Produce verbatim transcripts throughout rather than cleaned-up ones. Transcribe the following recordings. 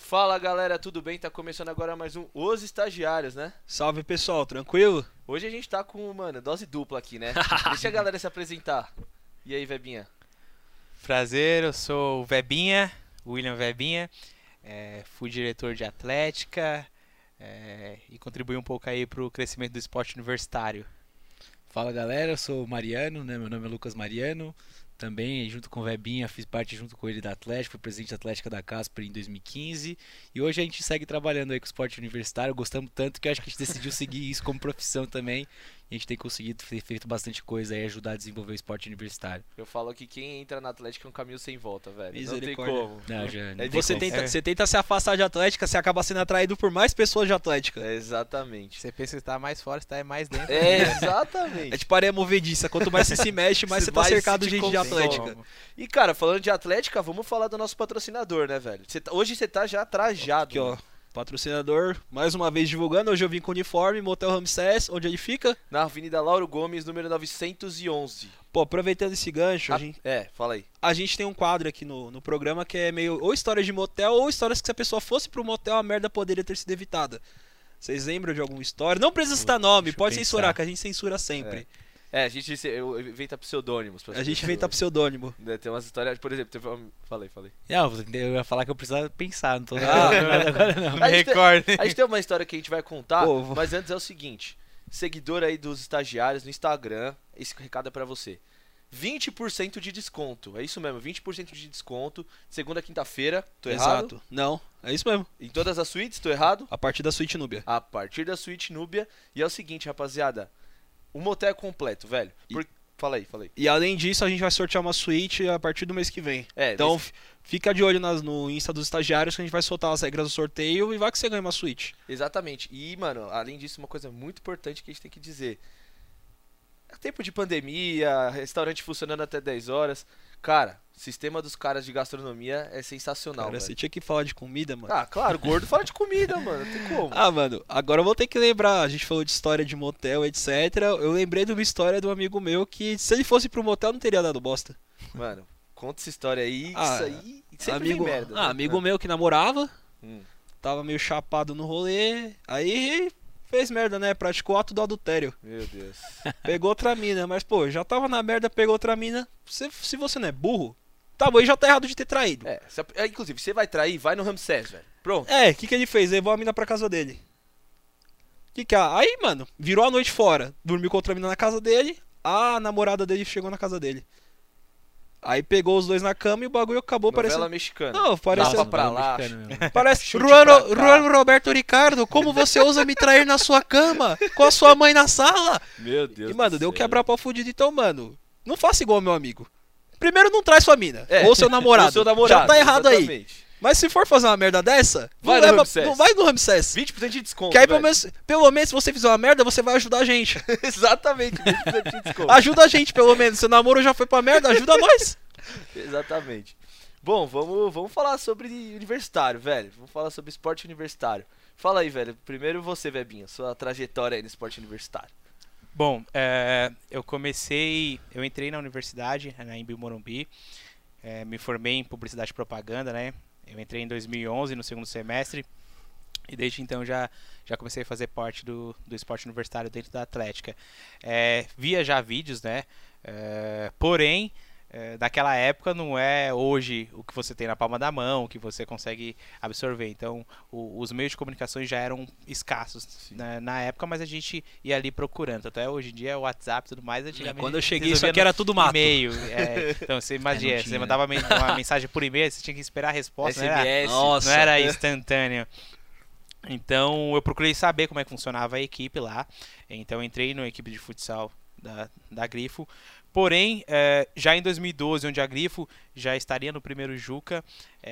Fala galera, tudo bem? Tá começando agora mais um Os Estagiários, né? Salve pessoal, tranquilo? Hoje a gente tá com, mano, dose dupla aqui, né? Deixa a galera se apresentar. E aí, Vebinha? Prazer, eu sou o Vebinha, William Vebinha, é, fui diretor de Atlética é, e contribuí um pouco aí pro crescimento do esporte universitário. Fala galera, eu sou o Mariano, né? Meu nome é Lucas Mariano. Também, junto com o Vebinha, fiz parte junto com ele da Atlética, fui presidente da Atlética da Casper em dois mil e quinze. E hoje a gente segue trabalhando aí com o esporte universitário, gostamos tanto que eu acho que a gente decidiu seguir isso como profissão também. E a gente tem conseguido ter feito bastante coisa aí, ajudar a desenvolver o esporte universitário. Eu falo que quem entra na Atlética é um caminho sem volta, velho. Não tem Misericórdia. como. Não, já, É não de Você como. tenta, É. você tenta se afastar de Atlética, você acaba sendo atraído por mais pessoas de Atlética. É, exatamente. Você pensa que tá mais fora, você tá mais dentro. É, É exatamente. tipo areia movediça, quanto mais você se mexe, mais você tá Mais cercado te de gente de consome. Atlética. E cara, falando de Atlética, vamos falar do nosso patrocinador, né, velho? Cê tá- hoje você tá já trajado. Aqui ó, patrocinador, mais uma vez divulgando, hoje eu vim com uniforme, Motel Ramsés, onde ele fica. Na Avenida Lauro Gomes, número novecentos e onze. Pô, aproveitando esse gancho, a Ah, gente, É, fala aí. a gente tem um quadro aqui no, no programa que é meio ou histórias de motel ou histórias que se a pessoa fosse pro motel a merda poderia ter sido evitada. Vocês lembram de alguma história? Não precisa citar nome, deixa eu pode pensar. censurar, que a gente censura sempre. É, a gente se- eu- inventa pseudônimos. pras A gente pessoas. inventa pseudônimo. Né, Tem umas histórias, por exemplo, teve uma... Falei, falei. Não, eu ia falar que eu precisava pensar, não tô Ah, lembrando agora não. Não A me gente tem- recordo. A gente tem uma história que a gente vai contar, Pô, vou- mas antes é o seguinte. Seguidor aí dos estagiários no Instagram, esse recado é pra você. vinte por cento de desconto, é isso mesmo, vinte por cento de desconto, segunda a quinta-feira, tô errado? Exato. Não, é isso mesmo. Em todas as suítes, tô errado? A partir da Suíte Núbia. A partir da suíte Núbia. E é o seguinte, rapaziada, o motel é completo, velho. Por... Fala aí, fala aí. E além disso, a gente vai sortear uma suíte a partir do mês que vem. É, Então mas- f- fica de olho nas- no Insta dos estagiários que a gente vai soltar as regras do sorteio e vai que você ganha uma suíte. exatamente. E, mano, além disso, uma coisa muito importante que a gente tem que dizer. É tempo de pandemia, restaurante funcionando até dez horas. Cara, o sistema dos caras de gastronomia é sensacional, Cara, velho. você tinha que falar de comida, mano. Ah, claro, gordo fala de comida, mano. Não tem como. Ah, mano, agora eu vou ter que lembrar. A gente falou de história de motel, etcétera. Eu lembrei de uma história de um amigo meu que, se ele fosse pro motel, não teria dado bosta. Mano, conta essa história aí. Ah, isso aí sempre amigo, vem merda. ah, né? amigo meu que namorava, Hum. tava meio chapado no rolê, aí fez merda, né? Praticou ato do adultério. Meu Deus. Pegou outra mina, mas pô, já tava na merda, pegou outra mina. Se, se você não é burro, tá bom, aí já tá errado de ter traído. É, se a- é, inclusive, você vai trair, vai no Ramsés, velho. Pronto. É, o que, que ele fez? Levou a mina pra casa dele. Que que a... Aí, mano, virou a noite fora. Dormiu com outra mina na casa dele. A namorada dele chegou na casa dele. Aí pegou os dois na cama e o bagulho acabou Novela parecendo. mexicana. Não, parece. Tapa pra lá. Parece. Chute Ruano, pra cá. Ruano Roberto Ricardo, como você ousa me trair na sua cama? Com a sua mãe na sala? Meu Deus E, mano, do deu céu. quebrar pau fudido. Então, mano, não faça igual ao meu amigo. Primeiro, não traz sua mina. É, Ou seu namorado. ou seu namorado, Já tá errado aí. exatamente. Mas se for fazer uma merda dessa, Vai não, no leva, Ramsés. não vai no Ramsés. vinte por cento de desconto. Que aí, pelo velho. menos, pelo menos, se você fizer uma merda, você vai ajudar a gente. Exatamente, vinte por cento de desconto. Ajuda a gente, pelo menos. Seu namoro já foi pra merda, ajuda nós. Exatamente. Bom, vamos, vamos falar sobre universitário, velho. Vamos falar sobre esporte universitário. Fala aí, velho. Primeiro você, Vebinha, sua trajetória aí no esporte universitário. Bom, é, eu comecei, eu entrei na universidade, na Embi Morumbi, é, me formei em publicidade e propaganda, né? Eu entrei em dois mil e onze, no segundo semestre, e desde então já, já comecei a fazer parte do, do esporte universitário dentro da Atlética. É, via já vídeos, né? É, porém, é, naquela época não é hoje o que você tem na palma da mão, o que você consegue absorver. Então, o- os meios de comunicação já eram escassos na, na época, mas a gente ia ali procurando. Até hoje em dia, o WhatsApp e tudo mais, antigamente Quando eu cheguei, isso resolvia aqui era tudo mato. e-mail. é, então, você imagina, não você tinha, mandava men- uma mensagem por e-mail, você tinha que esperar a resposta, não era, S M S. Nossa. não era instantâneo. Então, eu procurei saber como é que funcionava a equipe lá. Então, eu entrei na equipe de futsal da, da Grifo. Porém, eh, já em dois mil e doze, onde a Grifo já estaria no primeiro Juca,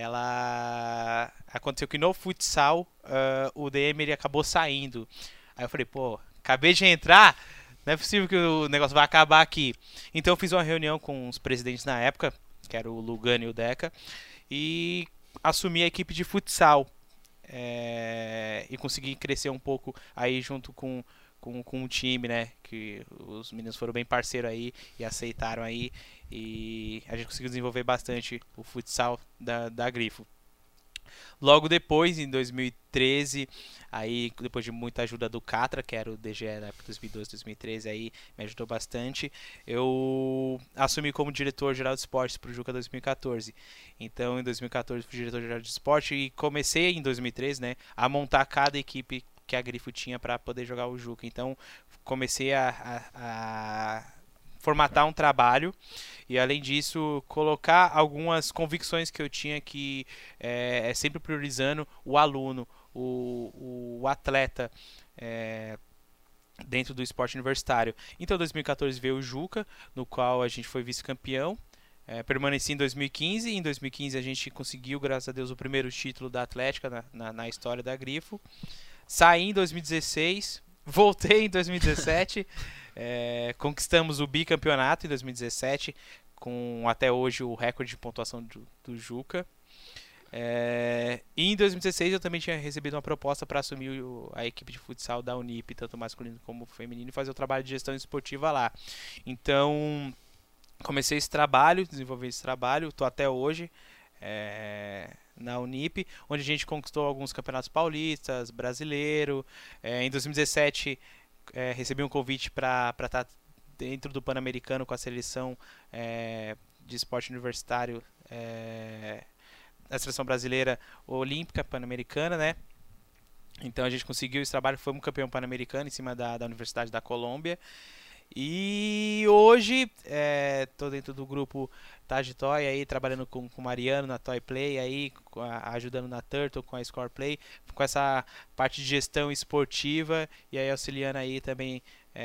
ela aconteceu que no futsal eh, o D M ele acabou saindo. Aí eu falei, pô, acabei de entrar, não é possível que o negócio vai acabar aqui. Então eu fiz uma reunião com os presidentes na época, que era o Lugano e o Deca, e assumi a equipe de futsal. eh, e consegui crescer um pouco aí junto com com, com o time, né? Que os meninos foram bem parceiros aí e aceitaram aí. E a gente conseguiu desenvolver bastante o futsal da, da Grifo. Logo depois, em dois mil e treze, aí depois de muita ajuda do Catra, que era o D G E da época dois mil e doze, dois mil e treze, aí me ajudou bastante, eu assumi como diretor-geral de esportes para o Juca dois mil e quatorze. Então, em dois mil e quatorze, fui diretor-geral de esporte e comecei em dois mil e treze, né, a montar cada equipe que a Grifo tinha para poder jogar o Juca. Então, comecei a, a, a formatar um trabalho e, além disso, colocar algumas convicções que eu tinha, que é, é sempre priorizando o aluno, o, o atleta é, dentro do esporte universitário. Então, em dois mil e quatorze veio o Juca, no qual a gente foi vice-campeão. É, permaneci em dois mil e quinze. Em dois mil e quinze a gente conseguiu, graças a Deus, o primeiro título da Atlética na, na, na história da Grifo. Saí em dois mil e dezesseis, voltei em dois mil e dezessete, é, conquistamos o bicampeonato em dois mil e dezessete, com até hoje o recorde de pontuação do, do Juca. É, e em dois mil e dezesseis eu também tinha recebido uma proposta para assumir o, a equipe de futsal da Unip, tanto masculino como feminino, e fazer o trabalho de gestão esportiva lá. Então, comecei esse trabalho, desenvolvi esse trabalho, estou até hoje. É, na Unip, onde a gente conquistou alguns campeonatos paulistas, brasileiro. É, em dois mil e dezessete, é, recebi um convite para estar dentro do Pan-Americano com a seleção é, de esporte universitário, é, a seleção brasileira olímpica pan-americana, né? Então a gente conseguiu esse trabalho, fomos campeão pan-americano em cima da, da Universidade da Colômbia. E hoje estou é, dentro do grupo Taj Toy, aí trabalhando com o Mariano na Toy Play, aí, a, ajudando na Turtle com a Score Play, com essa parte de gestão esportiva, e aí auxiliando aí também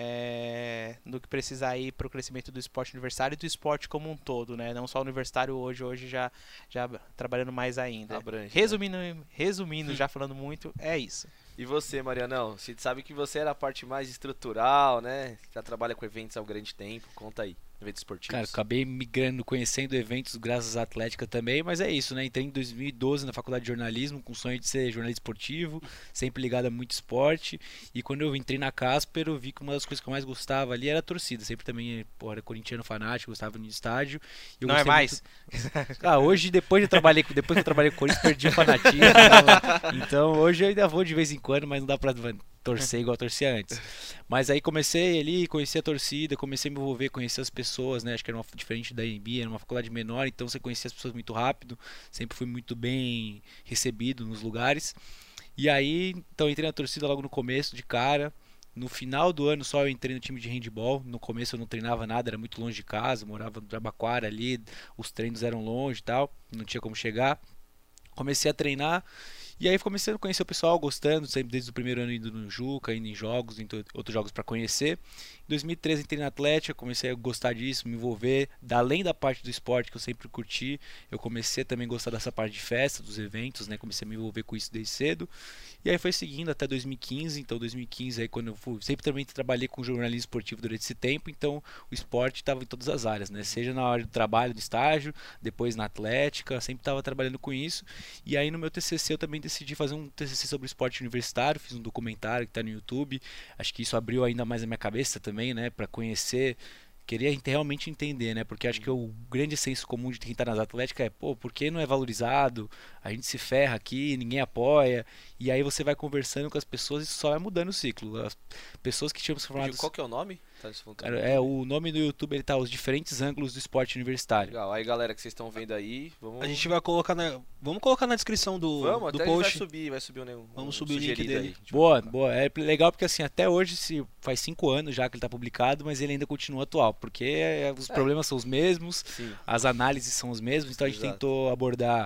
é, no que precisar aí para o crescimento do esporte universitário e do esporte como um todo, né? Não só universitário hoje, hoje já, já trabalhando mais ainda. Abrange, resumindo, né? resumindo já falando muito, é isso. E você, Marianão? A gente sabe que você era a parte mais estrutural, né? Já trabalha com eventos há um grande tempo. Conta aí, eventos esportivos. Cara, acabei migrando, conhecendo eventos graças à Atlética também, mas é isso, né? Entrei em dois mil e doze na faculdade de jornalismo, com o sonho de ser jornalista esportivo, sempre ligado a muito esporte. E quando eu entrei na Casper, eu vi que uma das coisas que eu mais gostava ali era a torcida. Sempre também, pô, era corintiano fanático, gostava de estádio. Eu Não é mais? Muito... Ah, hoje, depois de eu trabalhei, depois que eu trabalhei com o Corinthians, perdi o fanatismo. Então, então, hoje eu ainda vou de vez em quando, mas não dá pra torcer igual eu torcia antes. Mas aí comecei ali, conheci a torcida, comecei a me envolver, conhecer as pessoas, né? Acho que era uma, diferente da A M B, era uma faculdade menor, então você conhecia as pessoas muito rápido, sempre fui muito bem recebido nos lugares. E aí, então entrei na torcida logo no começo, de cara. No final do ano só eu entrei no time de handball. No começo eu não treinava nada, era muito longe de casa, morava no Jabaquara ali, os treinos eram longe e tal, não tinha como chegar. Comecei a treinar. E aí comecei a conhecer o pessoal, gostando, sempre desde o primeiro ano indo no Juca, indo em jogos, indo outros jogos para conhecer. Em dois mil e treze entrei na Atlética, comecei a gostar disso, me envolver, além da parte do esporte que eu sempre curti, eu comecei também a gostar dessa parte de festa, dos eventos, né? Comecei a me envolver com isso desde cedo. E aí foi seguindo até dois mil e quinze, então dois mil e quinze aí quando eu fui, sempre também trabalhei com jornalismo esportivo durante esse tempo, então o esporte estava em todas as áreas, né? Seja na hora do trabalho, do estágio, depois na Atlética, sempre estava trabalhando com isso. E aí no meu T C C eu também decidi fazer um T C C sobre esporte universitário, fiz um documentário que está no YouTube. Acho que isso abriu ainda mais a minha cabeça também, né, para conhecer, queria realmente entender, né, porque acho que o grande senso comum de quem está nas Atléticas é, pô, por que não é valorizado? A gente se ferra aqui, ninguém apoia. E aí você vai conversando com as pessoas e isso só vai mudando o ciclo. As pessoas que tinham se formado... Qual que é o nome? Cara, é, o nome do YouTube, ele tá os diferentes ângulos do esporte universitário. Legal. Aí, galera que vocês estão vendo aí, vamos... A gente vai colocar na... Vamos colocar na descrição do, vamos, do até post. Vai subir, vai subir um, um Vamos subir o link dele. Aí, boa, boa. É legal porque assim, até hoje, se faz cinco anos já que ele tá publicado, mas ele ainda continua atual, porque os é. problemas são os mesmos, Sim. as análises são os mesmos, então a gente Exato. tentou abordar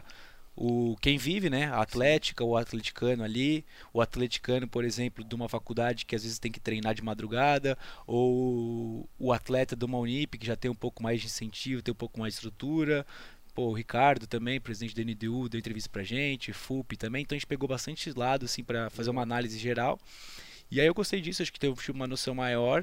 o quem vive, né? A Atlética, o atleticano ali, o atleticano, por exemplo, de uma faculdade que às vezes tem que treinar de madrugada, ou o atleta de uma Unip que já tem um pouco mais de incentivo, tem um pouco mais de estrutura. Pô, o Ricardo também, presidente da N D U, deu entrevista pra gente, F U P também, então a gente pegou bastante lado assim para fazer uma análise geral. E aí eu gostei disso, acho que teve uma noção maior,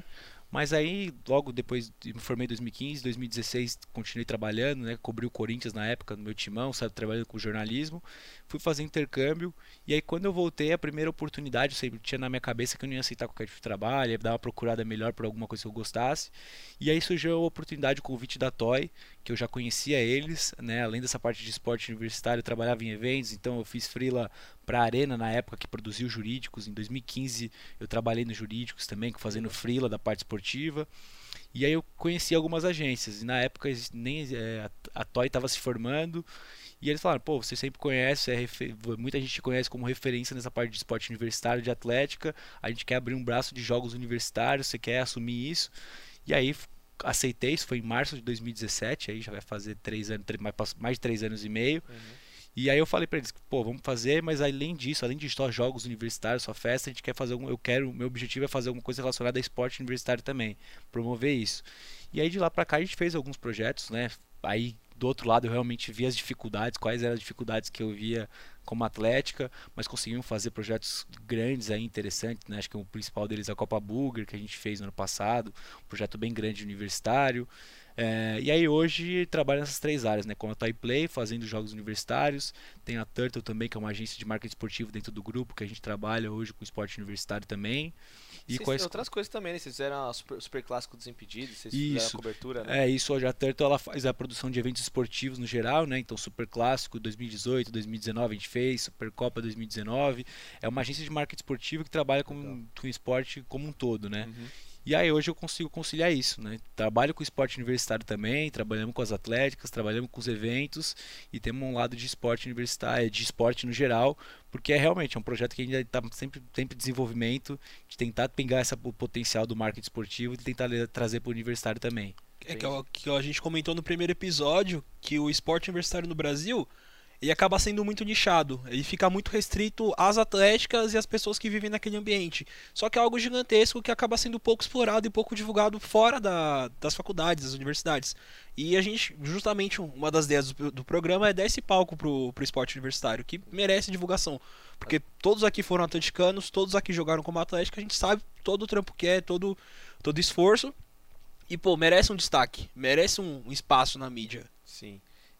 Mas aí, logo depois, me formei em dois mil e quinze, dois mil e dezesseis, continuei trabalhando, né? Cobri o Corinthians na época, no meu timão, sabe? Trabalhando com jornalismo. Fui fazer intercâmbio. E aí, quando eu voltei, a primeira oportunidade, eu sempre tinha na minha cabeça que eu não ia aceitar qualquer tipo de trabalho, ia dar uma procurada melhor por alguma coisa que eu gostasse. E aí surgiu a oportunidade, o convite da Toy, que eu já conhecia eles, né? Além dessa parte de esporte universitário, eu trabalhava em eventos, então eu fiz freela para a Arena na época que produziu jurídicos. Em dois mil e quinze eu trabalhei nos jurídicos também, fazendo freela da parte esportiva. E aí eu conheci algumas agências. E na época nem é, a, a Toy estava se formando. E eles falaram, pô, você sempre conhece, é refer... muita gente te conhece como referência nessa parte de esporte universitário, de atlética. A gente quer abrir um braço de jogos universitários, você quer assumir isso? E aí aceitei, isso foi em março de dois mil e dezessete, aí já vai fazer três anos, mais de três anos e meio. Uhum. E aí eu falei pra eles, pô, vamos fazer, mas além disso, além de só jogos universitários, só festa, a gente quer fazer algum, eu quero, meu objetivo é fazer alguma coisa relacionada a esporte universitário também, promover isso. E aí de lá pra cá a gente fez alguns projetos, né? Aí do outro lado eu realmente vi as dificuldades, quais eram as dificuldades que eu via como atlética, mas conseguimos fazer projetos grandes aí, interessantes, né? Acho que o principal deles é a Copa Burger, que a gente fez no ano passado, um projeto bem grande universitário. É, e aí hoje trabalho nessas três áreas, né? Com a Toy Play, fazendo jogos universitários, tem a Turtle também, que é uma agência de marketing esportivo dentro do grupo, que a gente trabalha hoje com esporte universitário também. E com outras coisas também, né? Vocês fizeram a Super, Super Clássico dos Impedidos, vocês isso. fizeram a cobertura, né? É, isso, hoje a Turtle ela faz a produção de eventos esportivos no geral, né? Então Super Clássico dois mil e dezoito, dois mil e dezenove a gente fez, Super Copa dois mil e dezenove. É uma agência de marketing esportivo que trabalha com, com esporte como um todo, né? Uhum. E aí hoje eu consigo conciliar isso, né? Trabalho com o esporte universitário também, trabalhamos com as atléticas, trabalhamos com os eventos e temos um lado de esporte universitário, de esporte no geral, porque é realmente é um projeto que ainda está sempre, sempre em desenvolvimento, de tentar pegar essa, o potencial do marketing esportivo e tentar trazer para o universitário também. É que, que a gente comentou no primeiro episódio que o esporte universitário no Brasil ele acaba sendo muito nichado, ele fica muito restrito às atléticas e às pessoas que vivem naquele ambiente. Só que é algo gigantesco que acaba sendo pouco explorado e pouco divulgado fora da, das faculdades, das universidades. E a gente, justamente, uma das ideias do, do programa é dar esse palco pro, pro esporte universitário, que merece divulgação. Porque todos aqui foram atleticanos, todos aqui jogaram como atlética, a gente sabe todo o trampo que é, todo todo esforço. E, pô, merece um destaque, merece um, um espaço na mídia. Sim.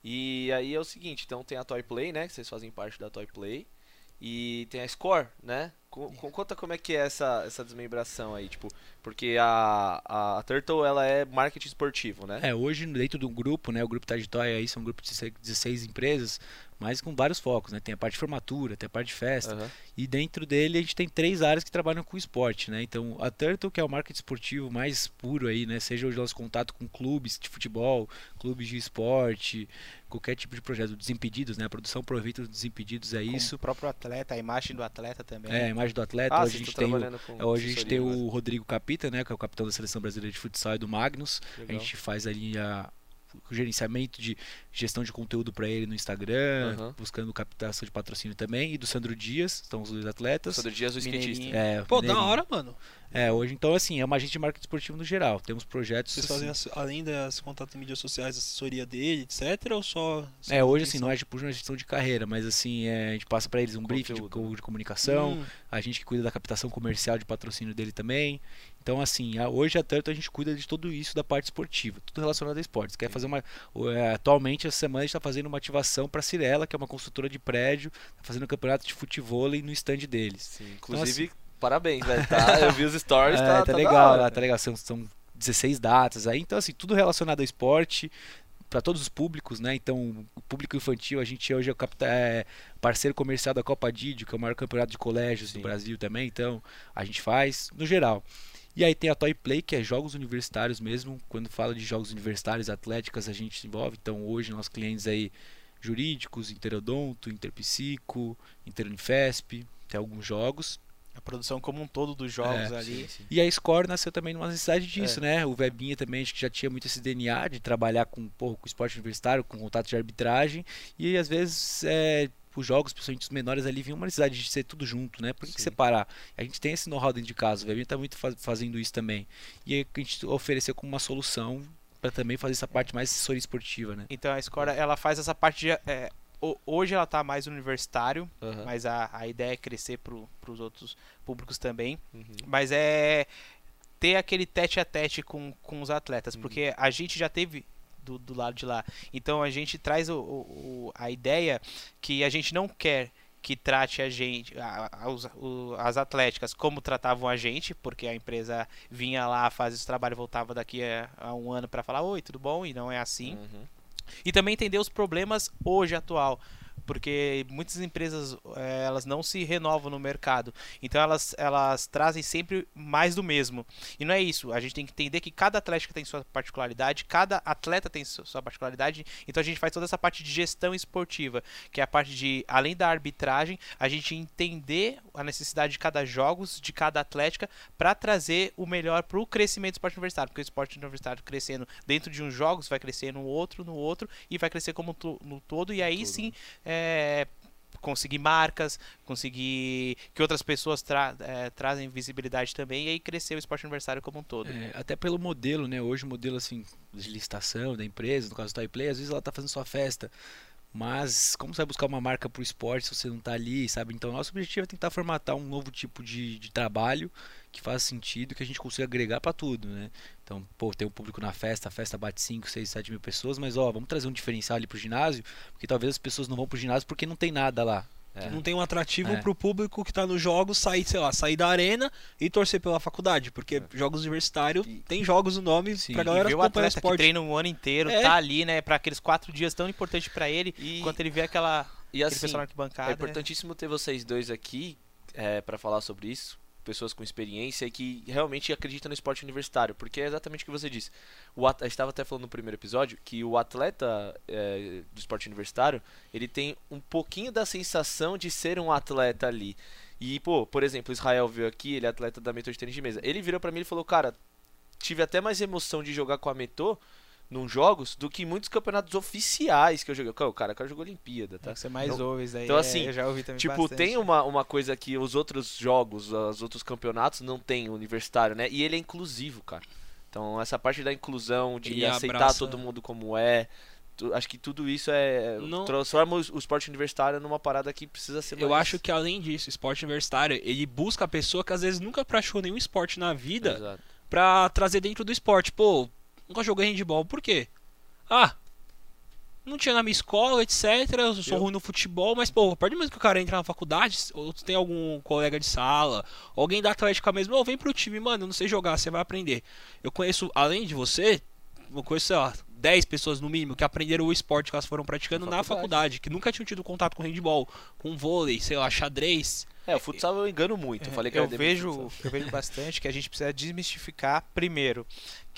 E aí é o seguinte, então tem a Toy Play, né, que vocês fazem parte da Toy Play, e tem a Score, né? Com, com, conta como é que é essa, essa desmembração aí, tipo, porque a, a Turtle, ela é marketing esportivo, né? É, hoje dentro do grupo, né, o grupo tá de Toy aí são um grupo de dezesseis empresas, mas com vários focos, né? Tem a parte de formatura, tem a parte de festa, uhum. E dentro dele a gente tem três áreas que trabalham com esporte, né? Então a Turtle, que é o marketing esportivo mais puro aí, né? Seja hoje nosso contato com clubes de futebol, clubes de esporte, qualquer tipo de projeto, Desimpedidos, né? A produção proveito dos Desimpedidos é com isso. O próprio atleta, a imagem do atleta também. É, a imagem do atleta. Ah, hoje a gente tem, o, hoje a gente tem mas... o Rodrigo Capita, né? Que é o capitão da Seleção Brasileira de Futsal e do Magnus. Legal. A gente faz ali a o gerenciamento de gestão de conteúdo para ele no Instagram, uhum. buscando captação de patrocínio também, e do Sandro Dias, estão os dois atletas. Sandro Dias, o skatista. É, Pô, da hora, mano. É, hoje então assim, é uma agência de marketing esportivo no geral. Temos projetos. Vocês assim, fazem, além das contatos em mídias sociais, assessoria dele, etcétera, ou só. só é, hoje assim, não é tipo uma gestão de carreira, mas assim, é, a gente passa para eles um briefing de, de comunicação, hum. a gente que cuida da captação comercial de patrocínio dele também. Então, assim, a, hoje a Turtle a gente cuida de tudo isso da parte esportiva, tudo relacionado a esportes. Quer fazer uma. É, atualmente, essa semana, a gente está fazendo uma ativação para a Cirela, que é uma construtora de prédio, tá fazendo um campeonato de futebol no stand deles. Sim, inclusive, então, assim, parabéns, velho. Tá? Eu vi os stories, é, tá, tá, tá legal, lá, tá legal. São, são dezesseis datas aí, então, assim, tudo relacionado ao esporte. Para todos os públicos, né? Então, o público infantil, a gente hoje é, o capta, é parceiro comercial da Copa Didio, que é o maior campeonato de colégios Sim. do Brasil também. Então, a gente faz no geral. E aí tem a Toy Play, que é jogos universitários mesmo. Quando fala de jogos universitários, atléticas, a gente se envolve. Então, hoje, nossos clientes aí, jurídicos, Interodonto, Interpsico, Interunifesp, tem alguns jogos. A produção como um todo dos jogos é, ali. Sim, sim. E a Score nasceu também numa necessidade disso, é. né? O Vebinha também, acho que já tinha muito esse D N A de trabalhar com, porra, com esporte universitário, com contato de arbitragem. E às vezes é, os jogos, principalmente os menores ali, vinham uma necessidade de ser tudo junto, né? Por que, que separar? A gente tem esse know-how dentro de casa, o Vebinha tá muito faz, fazendo isso também. E aí a gente ofereceu como uma solução para também fazer essa parte mais assessoria esportiva, né? Então a Score, ela faz essa parte de... É... Hoje ela está mais universitário, uhum. mas a, a ideia é crescer para os outros públicos também. Uhum. Mas é ter aquele tete a tete com, com os atletas, Uhum. porque a gente já teve do, do lado de lá. Então a gente traz o, o, o- a ideia que a gente não quer que trate a gente, a- a- os- o- as atléticas como tratavam a gente, porque a empresa vinha lá, fazia esse trabalho e voltava daqui a, a um ano para falar, oi, tudo bom? E não é assim. Uhum. E também entender os problemas hoje atual, porque muitas empresas eh, elas não se renovam no mercado, então elas, elas trazem sempre mais do mesmo. E não é isso, a gente tem que entender que cada atlética tem sua particularidade, cada atleta tem su- sua particularidade, então a gente faz toda essa parte de gestão esportiva, que é a parte de, além da arbitragem, a gente entender a necessidade de cada jogos, de cada atlética, para trazer o melhor para o crescimento do esporte universitário, porque o esporte universitário crescendo dentro de uns jogos, vai crescer no outro, no outro, e vai crescer como to- no todo, e aí Tudo, sim é, conseguir marcas, conseguir que outras pessoas tra é, trazem visibilidade também, e aí crescer o esporte universitário como um todo. É, até pelo modelo, né? Hoje o modelo assim de licitação da empresa, no caso do Toy Play, às vezes ela tá fazendo sua festa. Mas como você vai buscar uma marca pro esporte se você não tá ali, sabe? Então nosso objetivo é tentar formatar um novo tipo de, de trabalho que faça sentido, que a gente consiga agregar para tudo, né? Então, pô, tem o público na festa, a festa bate cinco, seis, sete mil pessoas, mas ó, vamos trazer um diferencial ali pro ginásio, porque talvez as pessoas não vão pro ginásio porque não tem nada lá. É. Não tem um atrativo É. pro público que tá nos jogos sair, sei lá, sair da arena e torcer pela faculdade, porque jogos universitários E- tem jogos no nome Sim. pra E galera ver o acompanhar atleta que esporte. treina um ano inteiro, É. tá ali, né, para aqueles quatro dias tão importantes para ele, E, enquanto ele vê aquela e aquele assim, pessoal na arquibancada. é importantíssimo ter vocês dois aqui é, para falar sobre isso, pessoas com experiência e que realmente acreditam no esporte universitário, porque é exatamente o que você disse. O at- a gente estava até falando no primeiro episódio que o atleta é, do esporte universitário, ele tem um pouquinho da sensação de ser um atleta ali. E, pô, por exemplo, o Israel veio aqui, ele é atleta da Meto de tênis de mesa. Ele virou pra mim e falou, cara, tive até mais emoção de jogar com a Meto num jogos do que muitos campeonatos oficiais que eu joguei. O cara, o cara jogou Olimpíada, tá? Tá? Você mais Não- ouve isso aí. Então, é, assim, eu já ouvi também Tipo, bastante. tem uma, uma coisa que os outros jogos, os outros campeonatos não tem, o universitário, né? E ele é inclusivo, cara. Então, essa parte da inclusão, de Ele aceitar abraça- todo mundo como é, tu- acho que tudo isso é Não- transforma o, o esporte universitário numa parada que precisa ser Eu mais... acho que além disso, o esporte universitário, ele busca a pessoa que às vezes nunca praticou nenhum esporte na vida Exato. pra trazer dentro do esporte. Pô, nunca joguei handball, por quê? Ah, não tinha na minha escola, etcétera. Eu sou Eu- ruim no futebol, mas, pô, a partir do momento que o cara entra na faculdade, ou tu tem algum colega de sala, alguém da Atlética mesmo, ô, vem pro time, mano, eu não sei jogar, você vai aprender. Eu conheço, além de você, eu conheço, sei lá, dez pessoas no mínimo que aprenderam o esporte que elas foram praticando Na na faculdade. faculdade, que nunca tinham tido contato com handball, com vôlei, sei lá, xadrez. É, o futsal eu engano muito. Eu falei que eu era debut de vejo, futsal. eu vejo bastante que a gente precisa desmistificar primeiro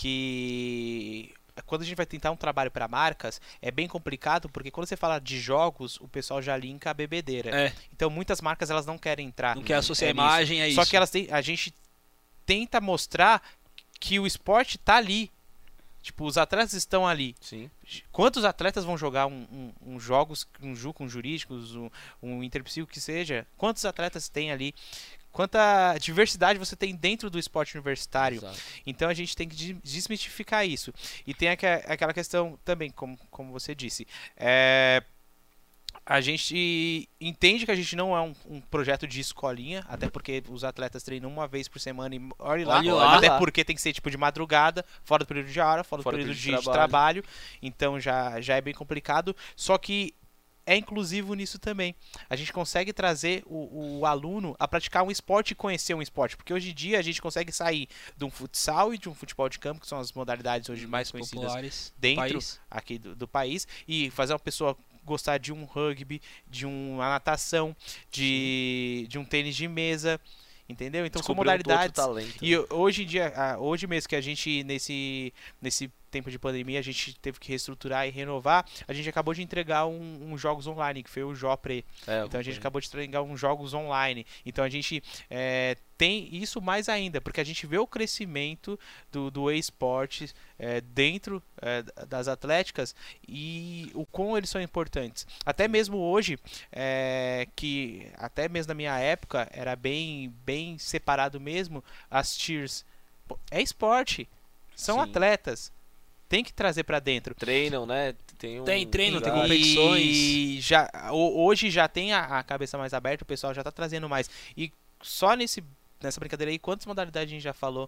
que quando a gente vai tentar um trabalho para marcas é bem complicado porque quando você fala de jogos o pessoal já linka a bebedeira. É, Então muitas marcas elas não querem entrar. não quer associar é a nisso. imagem, é Só isso. que elas têm, a gente tenta mostrar que o esporte tá ali. Tipo, os atletas estão ali. Sim. Quantos atletas vão jogar um, um, um jogos, um jogo com jurídicos, um, um interpsico que seja? Quantos atletas tem ali? Quanta diversidade você tem dentro do esporte universitário? Exato. Então a gente tem que de- desmistificar isso. E tem aque- aquela questão também, como, como você disse. É, a gente entende que a gente não é um, um projeto de escolinha, até porque os atletas treinam uma vez por semana e olhe lá, Olhe lá. até porque tem que ser tipo de madrugada, fora do período de hora, fora do Fora do período de, período de de trabalho. Então já, já é bem complicado. Só que é inclusivo nisso também. A gente consegue trazer o, o aluno a praticar um esporte e conhecer um esporte. Porque hoje em dia a gente consegue sair de um futsal e de um futebol de campo, que são as modalidades hoje mais conhecidas populares do dentro país. aqui do, do país, e fazer uma pessoa gostar de um rugby, de uma natação, de, de um tênis de mesa, entendeu? Então são Descobriu um outro modalidades. talento. E hoje em dia, ah, hoje mesmo que a gente, nesse, nesse tempo de pandemia, a gente teve que reestruturar e renovar, a gente acabou de entregar um, um jogos online, que foi o Jopre. É, Então a gente eu- acabou de entregar uns jogos online. Então a gente é, tem isso mais ainda, porque a gente vê o crescimento do, do e-sport é, dentro é, das atléticas e o quão eles são importantes. Até mesmo hoje, é, que até mesmo na minha época era bem, bem separado mesmo, as tiers. Pô, é esporte, são Sim. atletas. Tem que trazer pra dentro. Treinam, né? Tem, um, Tem treino, tem Exato. competições. E já, ho- hoje já tem a, a cabeça mais aberta, o pessoal já tá trazendo mais. E só nesse, nessa brincadeira aí, quantas modalidades a gente já falou?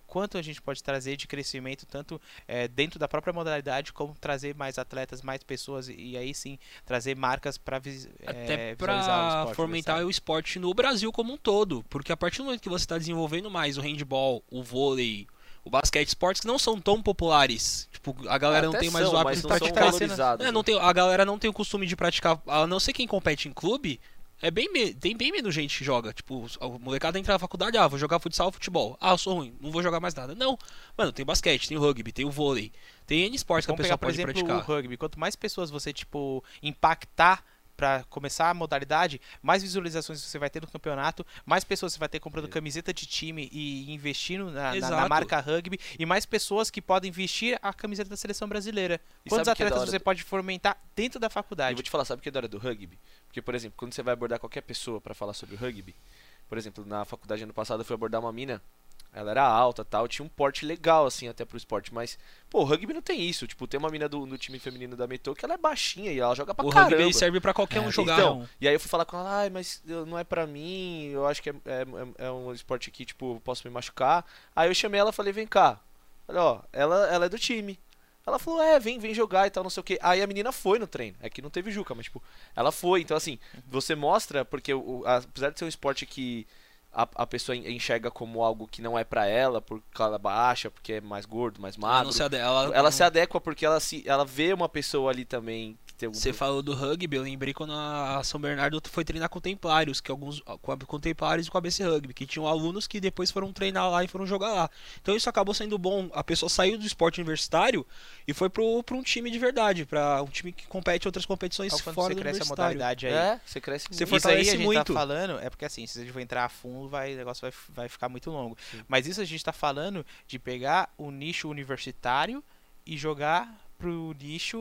quanto a gente pode trazer de crescimento, tanto é, dentro da própria modalidade, como trazer mais atletas, mais pessoas, e aí sim trazer marcas para vis, Até é, para visualizar o esporte. fomentar o esporte no Brasil como um todo. Porque a partir do momento que você está desenvolvendo mais o handball, o vôlei, o basquete, esportes que não são tão populares. Tipo, a galera não Até tem mais são, o mas hábito de não são praticar. valorizados, É, não tem, a galera não tem o costume de praticar, a não ser quem compete em clube. É bem, me- tem bem menos gente que joga. Tipo, o molecada entra na faculdade, ah, vou jogar futsal, futebol. Ah, eu sou ruim, não vou jogar mais nada. Não. Mano, tem basquete, tem o rugby, tem o vôlei. Tem N esportes que a Vamos pessoa pegar, por pode exemplo, praticar. o rugby. Quanto mais pessoas você, tipo, impactar para começar a modalidade, mais visualizações você vai ter no campeonato, mais pessoas você vai ter comprando camiseta de time e investindo na, na, na Exato. marca rugby, e mais pessoas que podem vestir a camiseta da seleção brasileira. E Quantos sabe o que é da atletas hora você do- pode fomentar dentro da E faculdade? vou te falar, sabe o que é da hora do rugby? Porque, por exemplo, quando você vai abordar qualquer pessoa pra falar sobre o rugby, por exemplo, na faculdade ano passado eu fui abordar uma mina, ela era alta, tal, tinha um porte legal assim até pro esporte, mas pô, o rugby não tem isso, tipo, tem uma mina do, do time feminino da Metou que ela é baixinha e ela joga pra O caramba. rugby ele serve pra qualquer um É, jogar. Então, e aí eu fui falar com ela, ai, mas eu- não é pra mim, eu acho que é, é, é um esporte que, tipo, eu posso me machucar. Aí eu chamei ela e falei, vem cá, olha, ó, ela, ela é do time. Ela falou, é, vem, vem jogar e tal, não sei o que. Aí a menina foi no treino. É que não teve Juca, mas, tipo, ela foi. Então, assim, você mostra, porque o, a- apesar de ser um esporte que a, a pessoa en- enxerga como algo que não é pra ela, porque ela é baixa, porque é mais gordo, mais Ela magro. não se ade- ela- Ela se adequa porque ela, se, ela vê uma pessoa ali também que tem algum Você falou do rugby, eu lembrei quando a São Bernardo foi treinar com Templários, que alguns com a- com Templários e com a B C Rugby, que tinham alunos que depois foram treinar lá e foram jogar lá. Então isso acabou sendo bom. A pessoa saiu do esporte universitário e foi pro, pro um time de verdade, pra um time que compete em outras competições Então, quando fora você do cresce a universitário. modalidade aí. É, você cresce Você muito. Isso aí a fortalece gente muito. tá falando, é porque assim, se a gente for entrar a fundo, vai, o negócio vai, vai ficar muito longo. Sim. Mas isso a gente tá falando de pegar o nicho universitário e jogar pro nicho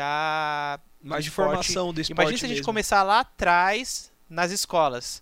já Mais de esporte. formação do esporte Imagina se a gente mesmo. começar lá atrás nas escolas.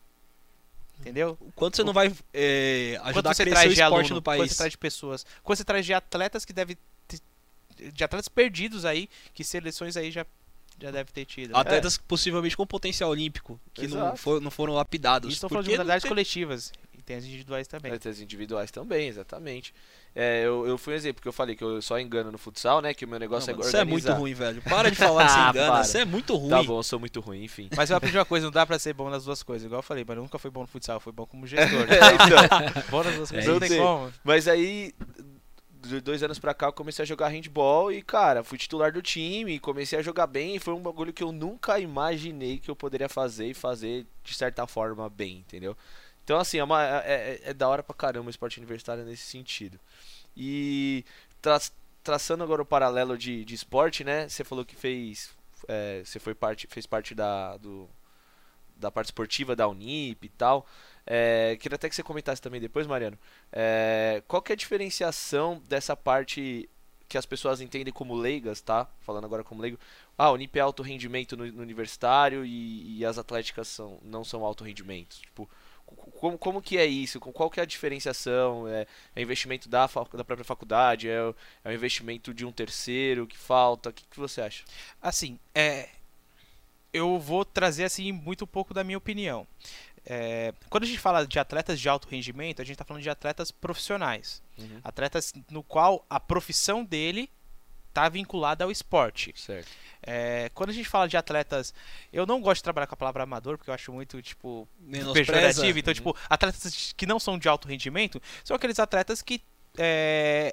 Entendeu? Quanto você não vai é, Quanto ajudar a você crescer traz o de esporte aluno, no quanto país? você traz de pessoas, quanto você traz de atletas que deve ter, de atletas perdidos aí, que seleções aí já já deve ter tido. né? Atletas possivelmente com potencial olímpico, que não, Exato. for- não foram lapidados. Isso estão falando de Porque não modalidades tem- coletivas. E tem as individuais também. É, tem as individuais também, exatamente. É, eu, eu fui um exemplo, porque eu falei que eu só engano no futsal, né? Que o meu Não, negócio mano, é você é organizar. muito ruim, velho. Para de falar que você Ah, engana. para. Você é muito ruim. Tá bom, eu sou muito ruim, enfim. Mas eu aprendi uma coisa, não dá pra ser bom nas duas coisas. Igual eu falei, mano, eu nunca fui bom no futsal, fui bom como gestor. É, então. Bom nas duas coisas, É não tem isso. como. Mas aí, de dois anos pra cá, eu comecei a jogar handball e, cara, fui titular do time, comecei a jogar bem e foi um bagulho que eu nunca imaginei que eu poderia fazer e fazer de certa forma bem, entendeu? Então, assim, é, uma- é- é- é da hora pra caramba o esporte universitário nesse sentido. E tra- traçando agora o paralelo de, de esporte, né? Você falou que fez. é, você foi parte, fez parte da, do, da parte esportiva da Unip e tal. É, queria até que você comentasse também depois, Mariano. É, qual que é a diferenciação dessa parte que as pessoas entendem como leigas, tá? Falando agora como leigo. Ah, a Unip é alto rendimento no, no universitário e, e as atléticas são, não são alto rendimentos. Tipo, como, como que é isso? Com- Qual que é a diferenciação? É, é investimento da, fa- da própria faculdade? É, o- é um investimento de um terceiro que falta? O que, que você acha? Assim, é, eu vou trazer assim muito pouco da minha opinião. É, quando a gente fala de atletas de alto rendimento, a gente está falando de atletas profissionais. Uhum. Atletas no qual a profissão dele está vinculada ao esporte. Certo. É, quando a gente fala de atletas, eu não gosto de trabalhar com a palavra amador, porque eu acho muito, tipo, Menospreza. pejorativo. Então, Uhum. tipo, atletas que não são de alto rendimento são aqueles atletas que é,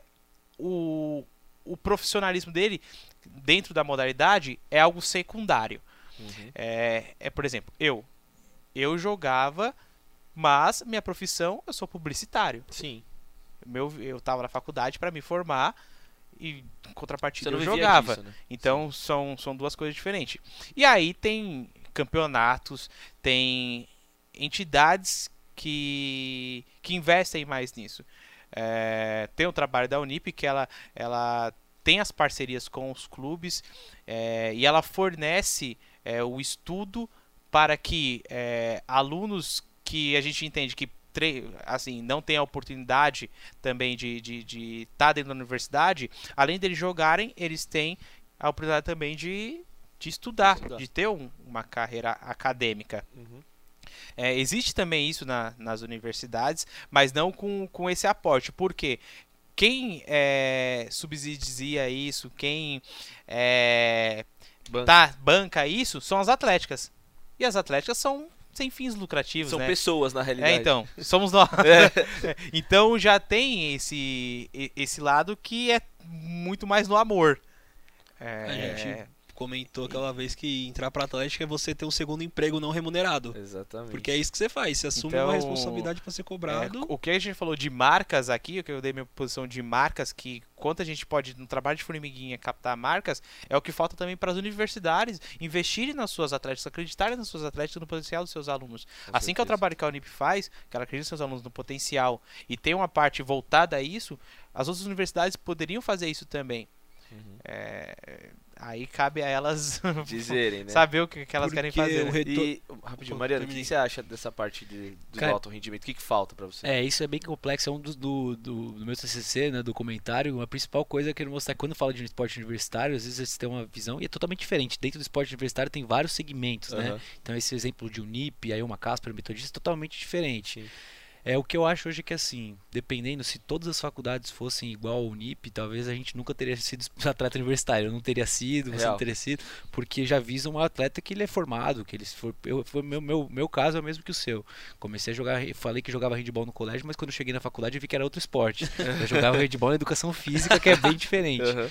o, o profissionalismo dele dentro da modalidade é algo secundário. Uhum. É, é, por exemplo, eu. Eu jogava, mas minha profissão, eu sou publicitário. Sim. Meu, eu tava na faculdade para me formar e em contrapartida Você não eu vivia jogava. disso, né? Então são, são duas coisas diferentes. E aí tem campeonatos, tem entidades que, que investem mais nisso. É, tem o trabalho da Unip, que ela, ela tem as parcerias com os clubes é, e ela fornece é, o estudo para que é, alunos que a gente entende que tre- assim, não tem a oportunidade também de estar de, de tá dentro da universidade, além deles jogarem, eles têm a oportunidade também de, de estudar, Estudar. de ter um- uma carreira acadêmica. Uhum. É, existe também isso na, nas universidades, mas não com, com esse aporte. Por quê? Quem é, subsidia isso, quem é, Banca. tá, banca isso, são as atléticas. E as atléticas são sem fins lucrativos, São né? pessoas, na realidade. É, então, somos nós. É. Então já tem esse, e- esse lado que é muito mais no amor. É, A gente comentou aquela vez que entrar pra Atlética é você ter um segundo emprego não remunerado. Exatamente. Porque é isso que você faz, você assume Então, uma responsabilidade pra ser é, cobrado. o que a gente falou de marcas aqui, o que eu dei minha posição de marcas, que quanto a gente pode, no trabalho de formiguinha, captar marcas, é o que falta também para as universidades investirem nas suas atléticas, acreditarem nas suas atléticas, no potencial dos seus alunos. Com Assim que é o certeza. trabalho que a Unip faz, que ela acredita nos seus alunos no potencial e tem uma parte voltada a isso, as outras universidades poderiam fazer isso também. Uhum. É, aí cabe a elas Dizerem, né? saber o que, que elas querem Porque fazer. o né? retorno- E, rapidinho, Pô, Mariana, o que terminei. que você acha dessa parte de, do Cara, alto rendimento? O que, que falta pra você? É, isso é bem complexo. É um dos do, do, do meu T C C, né, do comentário. A principal coisa que eu quero mostrar é que quando fala de um esporte universitário, às vezes eles têm uma visão e é totalmente diferente. Dentro do esporte universitário tem vários segmentos, né? Aham. Então esse exemplo de Unip, aí uma Casper, um Metodista, é totalmente diferente. Sim. É o que eu acho hoje que assim, dependendo se todas as faculdades fossem igual ao Unip, talvez a gente nunca teria sido atleta universitário. Eu não teria sido, você Real. não teria sido, porque já visa um atleta que ele é formado, que ele for, eu, foi meu, meu meu caso é o mesmo que o seu. Comecei a jogar, falei que jogava handball no colégio, mas quando eu cheguei na faculdade eu vi que era outro esporte. Eu jogava handball na educação física, que é bem diferente. Aham.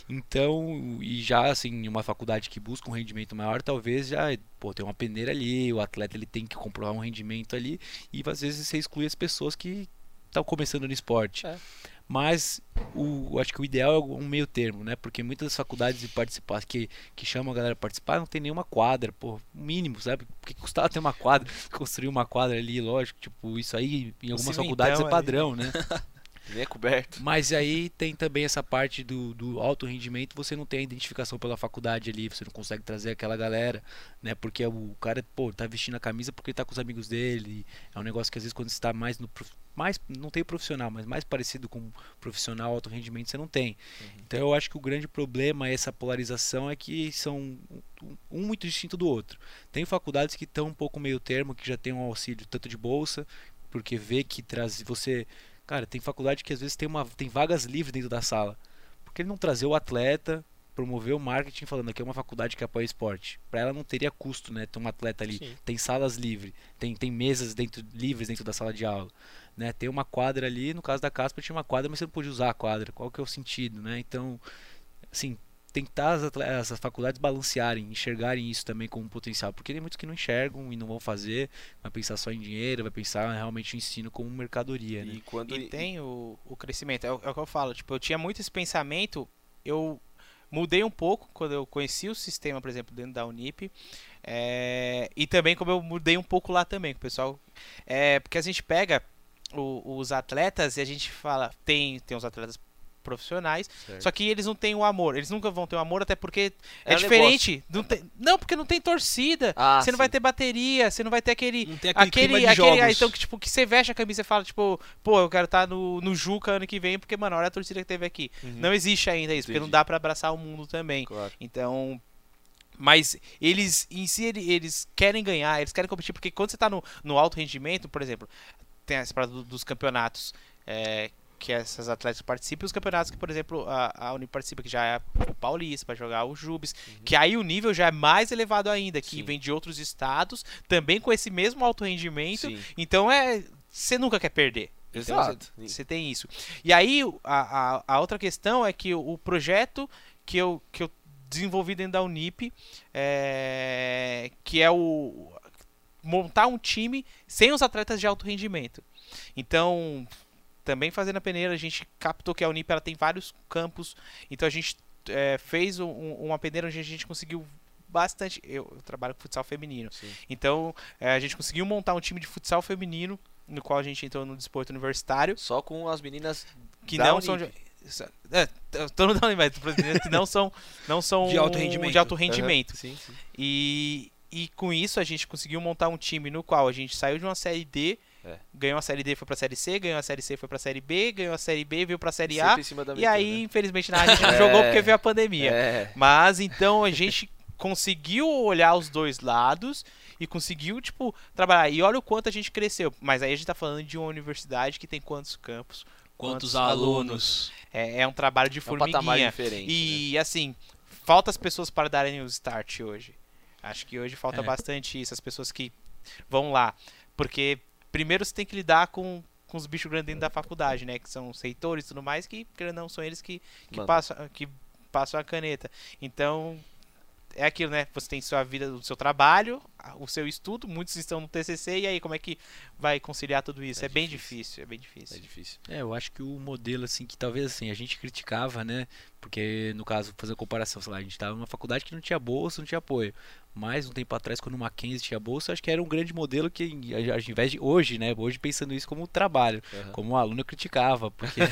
Então, e já assim, em uma faculdade que busca um rendimento maior, talvez já, pô, tem uma peneira ali, o atleta ele tem que comprovar um rendimento ali, e às vezes você exclui as pessoas que estão começando no esporte. É. Mas o, acho que o ideal é um meio termo, né? Porque muitas das faculdades de participar, que, que chamam a galera a participar, não tem nenhuma quadra, pô, mínimo, sabe? Porque custava ter uma quadra, construir uma quadra ali, lógico, tipo, isso aí em algumas cimentão faculdades é ali. padrão, né? Nem é coberto. Mas aí tem também essa parte do, do alto rendimento, você não tem a identificação pela faculdade ali, você não consegue trazer aquela galera, né? Porque o cara, pô, tá vestindo a camisa porque ele tá com os amigos dele. É um negócio que às vezes quando você tá mais no prof- mais não tem profissional, mas mais parecido com profissional alto rendimento você não tem. Então eu acho que o grande problema é essa polarização, é que são um, um muito distinto do outro. Tem faculdades que estão um pouco meio termo, que já tem um auxílio tanto de bolsa, porque vê que traz você. Cara, tem faculdade que às vezes tem, uma, tem vagas livres dentro da sala. Por que ele não trazer o atleta, promover o marketing falando aqui é uma faculdade que apoia esporte? Para ela não teria custo, né? Ter um atleta ali. Sim. Tem salas livres, tem, tem mesas dentro, livres dentro da sala de aula. Né? Tem uma quadra ali, no caso da Casper tinha uma quadra, mas você não podia usar a quadra. Qual que é o sentido, né? Então, assim, tentar as, atle- as faculdades balancearem, enxergarem isso também como um potencial, porque tem muitos que não enxergam e não vão fazer, vai pensar só em dinheiro, vai pensar realmente o ensino como mercadoria, né? E quando. E tem o, o crescimento, é o, é o que eu falo, tipo, eu tinha muito esse pensamento, eu mudei um pouco quando eu conheci o sistema, por exemplo, dentro da Unip, é, e também como eu mudei um pouco lá também, com o pessoal, é, porque a gente pega o- os atletas e a gente fala, tem, tem os atletas profissionais, Certo. só que eles não têm o amor, eles nunca vão ter o amor, até porque é, É um diferente, não, tem- não, porque não tem torcida, Ah, você não sim. vai ter bateria, você não vai ter aquele Não tem aquele, aquele, clima de aquele jogos. então que tipo que você veste a camisa e fala tipo, pô, eu quero estar no, no Juca ano que vem porque mano, olha a torcida que teve aqui. Uhum. Não existe ainda isso, porque não Entendi. dá pra abraçar o mundo também. Claro. Então, mas eles em si ele- eles querem ganhar, eles querem competir porque quando você tá no, no alto rendimento, por exemplo, tem essa parada do- dos campeonatos, é, que essas atletas participam, e os campeonatos que, por exemplo, a, a Unip participa, que já é o Paulista, para jogar o Jubes, que aí o nível já é mais elevado ainda, que Sim. vem de outros estados, também com esse mesmo alto rendimento. Sim. Então é. Você nunca quer perder. Então, Exato. Você você tem isso. E aí, o- a, a, a outra questão é que o, o projeto que eu, que eu desenvolvi dentro da Unip, é, que é o montar um time sem os atletas de alto rendimento. Então, também fazendo a peneira, a gente captou que a Unip ela tem vários campos, então a gente é, fez um- uma peneira onde a gente conseguiu bastante. Eu, eu trabalho com futsal feminino, Sim. então é, a gente conseguiu montar um time de futsal feminino, no qual a gente entrou no desporto universitário, Só com as meninas que da não Unip. são de, é, eu tô no da Unip, mas tô falando de meninas que não são não são De alto rendimento. de alto Aham. rendimento. Sim, sim. E, e com isso a gente conseguiu montar um time no qual a gente saiu de uma série D, É. ganhou a série D, foi pra série C, ganhou a série C, foi pra série B, ganhou a série B, veio pra série A. Sempre em cima da E meta, aí, né? infelizmente, na- a gente não É. jogou porque veio a pandemia. É. Mas então a gente conseguiu olhar os dois lados e conseguiu, tipo, trabalhar. E olha o quanto a gente cresceu. Mas aí a gente tá falando de uma universidade que tem quantos campos, Quantos alunos? É, é um trabalho de É um patamar formiguinha. diferente. E assim, falta as pessoas para darem o start hoje. Acho que hoje falta É. bastante isso, as pessoas que vão lá. Porque primeiro você tem que lidar com, com os bichos grandes dentro da faculdade, né? Que são os reitores e tudo mais, que querendo ou não são eles que, que, Manda. passam, que passam a caneta. Então, é aquilo, né? Você tem sua vida, o seu trabalho, o seu estudo, muitos estão no T C C, e aí como é que vai conciliar tudo isso? É É, bem difícil. difícil, é bem difícil. É difícil. É, eu acho que o modelo, assim, que talvez assim, a gente criticava, né? Porque, no caso, fazer comparação, sei lá, a gente tava numa faculdade que não tinha bolsa, não tinha apoio. Mas, um tempo atrás, quando o Mackenzie tinha bolsa, acho que era um grande modelo que, ao invés de hoje, né? Hoje, pensando isso como trabalho, Aham. como um aluno, eu criticava, porque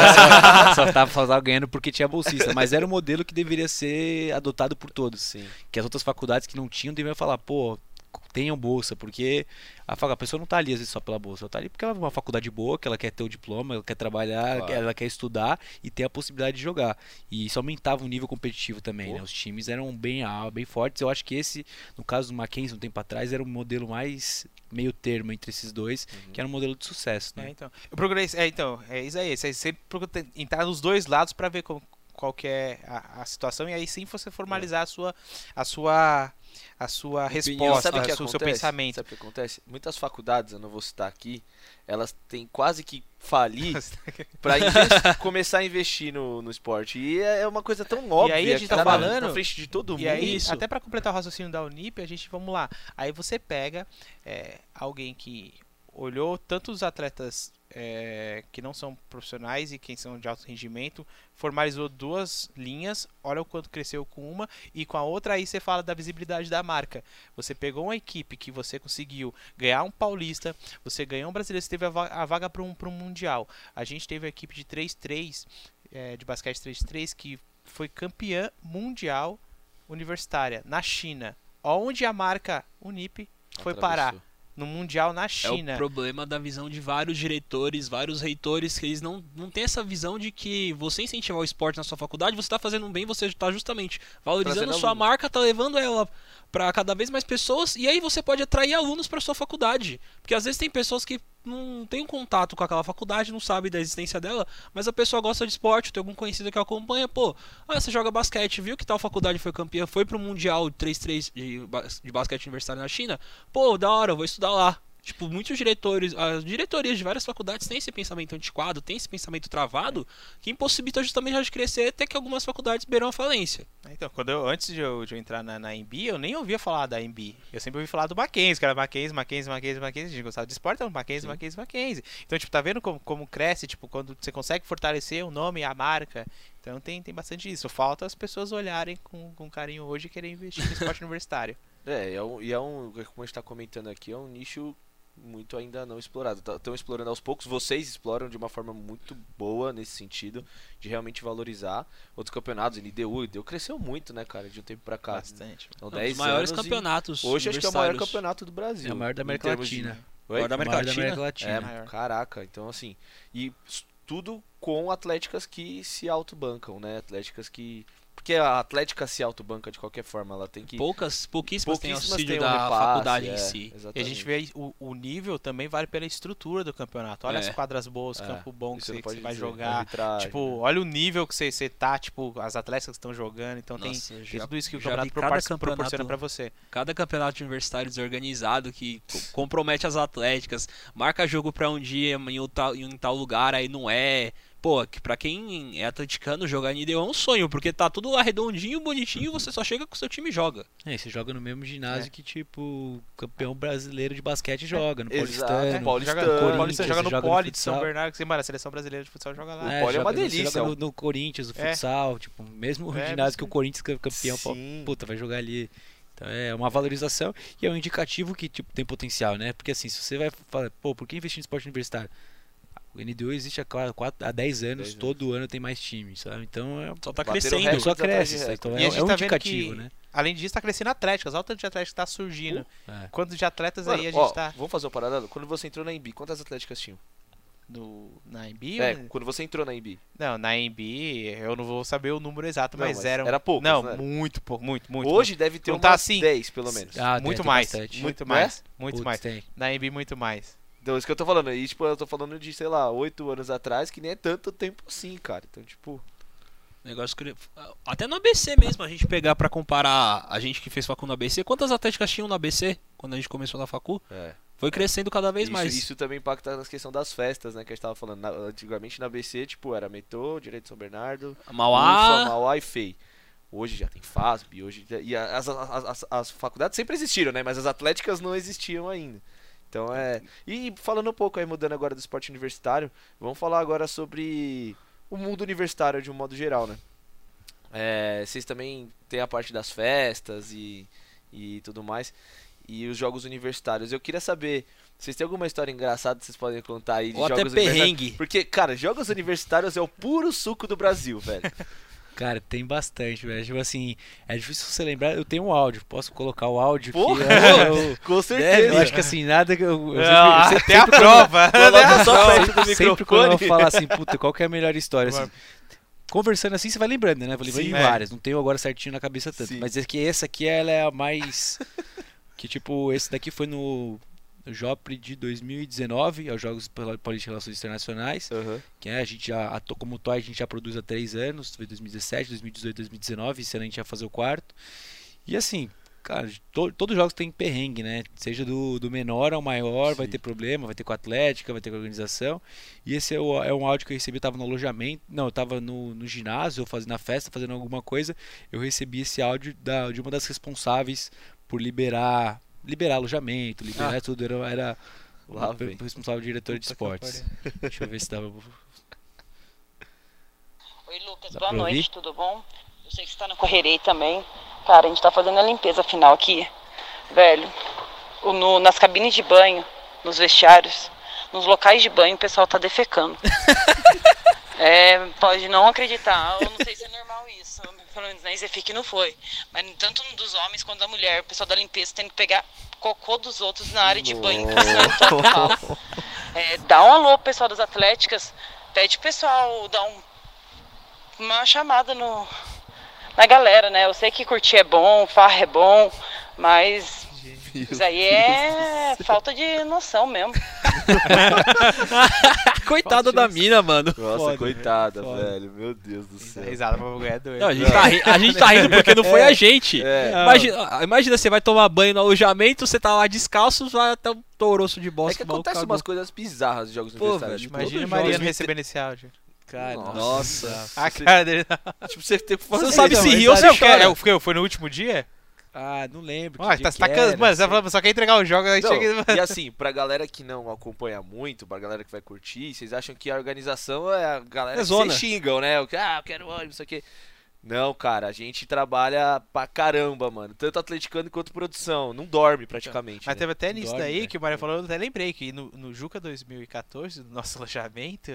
só, só tava só tava ganhando porque tinha bolsista. Mas era um modelo que deveria ser adotado por todos. Sim. Que as outras faculdades que não tinham deveriam falar, pô, tenham bolsa, porque a, fa- a pessoa não tá ali às vezes só pela bolsa, ela tá ali porque ela é uma faculdade boa, que ela quer ter o diploma, ela quer trabalhar, Claro. ela quer estudar e ter a possibilidade de jogar. E isso aumentava o nível competitivo também, Pô. né? Os times eram bem, ah, bem fortes. Eu acho que esse, no caso do Mackenzie, um tempo atrás, era um modelo mais meio termo entre esses dois, Uhum. que era um modelo de sucesso, É, né? então. Eu procurei, é, então, é isso aí. Você sempre procura te- entrar nos dois lados para ver qual, qual que é a, a situação e aí sim você formalizar a sua a sua a sua resposta, Sabe o que a su- o seu acontece? pensamento. Sabe o que acontece? Muitas faculdades, eu não vou citar aqui, elas têm quase que falir pra investi- começar a investir no, no esporte. E é é uma coisa tão óbvia. aí a gente que tá na- falando- na frente de todo mundo. E aí, Isso. até para completar o raciocínio da Unip, a gente, vamos lá. Aí você pega é, alguém que olhou tanto os atletas é, que não são profissionais e quem são de alto rendimento, formalizou duas linhas, olha o quanto cresceu com uma, e com a outra aí você fala da visibilidade da marca. Você pegou uma equipe que você conseguiu ganhar um paulista, você ganhou um brasileiro, você teve a, va- a vaga para um, pra um mundial. A gente teve a equipe de três três, é, de basquete três três, que foi campeã mundial universitária na China, onde a marca Unip foi parar Atravessou. no mundial na É China. o problema da visão de vários diretores, vários reitores, que eles não, não têm essa visão de que você incentivar o esporte na sua faculdade, você está fazendo um bem, você está justamente valorizando Trazendo sua aluno. marca, está levando ela para cada vez mais pessoas, e aí você pode atrair alunos para sua faculdade. Porque às vezes tem pessoas que não têm um contato com aquela faculdade, não sabem da existência dela, mas a pessoa gosta de esporte, tem algum conhecido que acompanha, pô, ah, você joga basquete, viu que tal faculdade foi campeã, foi pro Mundial três três de, ba- de basquete universitário na China, pô, da hora, eu vou estudar lá. Tipo, muitos diretores, as diretorias de várias faculdades têm esse pensamento antiquado, têm esse pensamento travado, que impossibilita justamente a gente crescer até que algumas faculdades beiram a falência. Então, quando eu, antes de eu, de eu entrar na, na M B, eu nem ouvia falar da M B. Eu sempre ouvi falar do Mackenzie, que era Mackenzie, Mackenzie, Mackenzie, Mackenzie. A gente gostava de esporte, então Mackenzie, Mackenzie, Mackenzie. Então, tipo, tá vendo como, como cresce, tipo, quando você consegue fortalecer o nome e a marca. Então tem, tem bastante isso. Falta as pessoas olharem com, com carinho hoje e querer investir no esporte universitário. É, é um, e é um, como a gente tá comentando aqui, é um nicho muito ainda não explorado. Estão explorando aos poucos, vocês exploram de uma forma muito boa nesse sentido, de realmente valorizar outros campeonatos. N D U, N D U cresceu muito, né, cara, de um tempo pra cá. Bastante. São Um dos dez maiores anos e campeonatos. hoje acho que é o maior universitários. campeonato do Brasil. É o maior da em América termos de- Latina. Oi? Maior da América Maior da Latina. América Latina. É, Maior. caraca, então assim, e s- tudo com atléticas que se autobancam, né? Atléticas que. Porque a atlética se autobanca de qualquer forma, ela tem que. Poucas, pouquíssimas, têm Pouquíssimas auxílio têm um da repasse, faculdade é, em si. E a exatamente. gente vê aí, o, o nível também vale pela estrutura do campeonato. Olha É. as quadras boas, É, campo bom que isso você, não que pode você vai dizer, jogar. arbitragem, Tipo, né? olha o nível que você, você tá, tipo, as atletas que estão jogando. Então tem, Nossa, tem já- tudo isso que o já campeonato vi cada propor- campeonato- proporciona pra você. Cada campeonato universitário desorganizado que co- compromete as atléticas, marca jogo pra um dia em um tal, em um tal lugar, aí não é. Pô, que pra quem é atleticano, jogar N D U é um sonho, porque tá tudo lá redondinho, bonitinho, você só chega com o seu time e joga. É, você joga no mesmo ginásio É. que, tipo, o campeão brasileiro de basquete joga, no Exato, Paulistano. Paulistano, Joga, Corinthians, o Paulista joga no joga no Poli de São futsal. Bernardo, que, mano, a seleção brasileira de futsal joga lá. O Poli é uma joga- delícia, Você joga ó. no, no Corinthians, no É. futsal, tipo, mesmo o É, ginásio você- que o Corinthians é campeão, pô, Sim. puta, vai jogar ali. Então é uma valorização e é um indicativo que, tipo, tem potencial, né? Porque assim, se você vai falar, pô, por que investir em esporte universitário? O N D U existe há, quatro, há dez anos, dez todo ano tem mais time, sabe? Então é, Só tá Bateram crescendo. recorde. só atrás cresce, de isso, recorde. então E é, a gente é um tá vendo indicativo, que- né? Além disso, tá crescendo atléticas. Olha o tanto de atléticas que tá surgindo. É. Quantos de atletas Mano, aí a ó, gente tá... Vamos fazer uma parada? Quando você entrou na M B, quantas atléticas tinham? no, na A M B? É, ou- quando você entrou na A M B. Não, na A M B eu não vou saber o número exato, Não, mas, mas eram... era poucos, Não, né? muito pouco, muito, muito. Hoje deve ter Não umas tá assim. dez, pelo menos. Ah, tem- muito tem mais, bastante. muito Né? mais, muito Putz, mais. tem. Na A M B muito mais. Então, isso que eu tô falando. E, tipo, eu tô falando de, sei lá, oito anos atrás, que nem é tanto tempo assim, cara. Então, tipo... Negócio que... Até no A B C mesmo, a gente pegar pra comparar a gente que fez facu no A B C. Quantas atléticas tinham no A B C quando a gente começou na facu? É. Foi crescendo cada vez Isso, mais. isso também impacta na questão das festas, né? Que a gente tava falando. Na- antigamente na B C, tipo, era Metrô, Direito de São Bernardo, U F A, Mauá. Mauá e F E I. Hoje já tem F A S B, hoje... E as, as, as, as faculdades sempre existiram, né? Mas as atléticas não existiam ainda. Então é... E falando um pouco aí, mudando agora do esporte universitário, vamos falar agora sobre o mundo universitário de um modo geral, né? É, vocês também têm a parte das festas e, e tudo mais. E os jogos universitários. Eu queria saber, vocês têm alguma história engraçada que vocês podem contar aí de Ou até jogos universitários? perrengue. Porque, cara, jogos universitários é o puro suco do Brasil, velho. Cara, tem bastante, velho. Tipo assim, é difícil você lembrar. Eu tenho um áudio, posso colocar o áudio Porra! que eu, Com eu, certeza. eu acho que assim, nada que eu. eu Ah, sempre, até a prova. Coloca só perto do sempre quando eu microfone. falo assim, puta, qual que é a melhor história? Assim, conversando assim, você vai lembrando, né? Vou lembrando Sim, de é. várias. Não tenho agora certinho na cabeça tanto. Sim. Mas é que essa aqui, ela é a mais. Que tipo, esse daqui foi no. No Jopre de dois mil e dezenove, aos Jogos Paulista de Relações Internacionais. Aham. Que é, a gente já, a, to- como Toy, a gente já produz há três anos, foi dois mil e dezessete, dois mil e dezoito, dois mil e dezenove, esse ano a gente vai fazer o quarto. E assim, cara, to, todos os jogos tem perrengue, né? Seja do, do menor ao maior, vai Sim. ter problema, vai ter com a atlética, vai ter com a organização. E esse é, o, é um áudio que eu recebi, eu tava no alojamento, não, eu tava no, no ginásio, fazendo na festa, fazendo alguma coisa. Eu recebi esse áudio da, de uma das responsáveis por liberar, liberar alojamento, liberar Ah. tudo, era, era Lá o vem. responsável diretor de Puta que esportes. Deixa eu ver se dava. Oi, Lucas, Dá boa pra ouvir? noite, tudo bom? Eu sei que você tá na correria aí também. Cara, a gente tá fazendo a limpeza final aqui. Velho, o- no- nas cabines de banho, nos vestiários, nos locais de banho, o pessoal tá defecando. É, pode não acreditar, eu não sei se é normal isso. Pelo menos na Izefic não foi. Mas tanto dos homens quanto da mulher, o pessoal da limpeza tem que pegar cocô dos outros na área de banho. Impressionante. É, dá um alô pro pessoal das atléticas, pede pro pessoal dar um, uma chamada no, na galera, né? Eu sei que curtir é bom, farra é bom, mas isso aí é falta de noção mesmo. Coitada da mina, mano. Nossa, Foda, coitada, velho, foda. velho. Meu Deus do céu. Risada pra mulher é doido. Não, a, gente tá ri- a gente tá rindo porque não foi a gente. É. Imagina, imagina, você vai tomar banho no alojamento, você tá lá descalço, vai até um toroço de É bosta. que o maluco acontece cagou. umas coisas bizarras de jogos Pô, universitários. velho, Tipo, Imagina o Todos Mariano jogos- recebendo esse áudio. Cara, Nossa. A Você- cara dele. tipo, você tem que Você fazer. não sabe Então, se mas ri ou aí- se Não, que- chora. é, foi, foi no último dia? Ah, não lembro. Ah, que tá, dia você tá que cansado. era, Mano, você tá sei. falando, só quer entregar o jogo, aí Não, chega. e assim, pra galera que não acompanha muito, pra galera que vai curtir, vocês acham que a organização é a galera É que zona. vocês xingam, né? O que, ah, eu quero ônibus, isso aqui. Não, cara, a gente trabalha pra caramba, mano. Tanto atleticano quanto produção. Não dorme praticamente. Mas né? teve até nisso Dorme, daí velho. que o Mário falou, eu até lembrei que no, no Juca dois mil e quatorze, no nosso alojamento,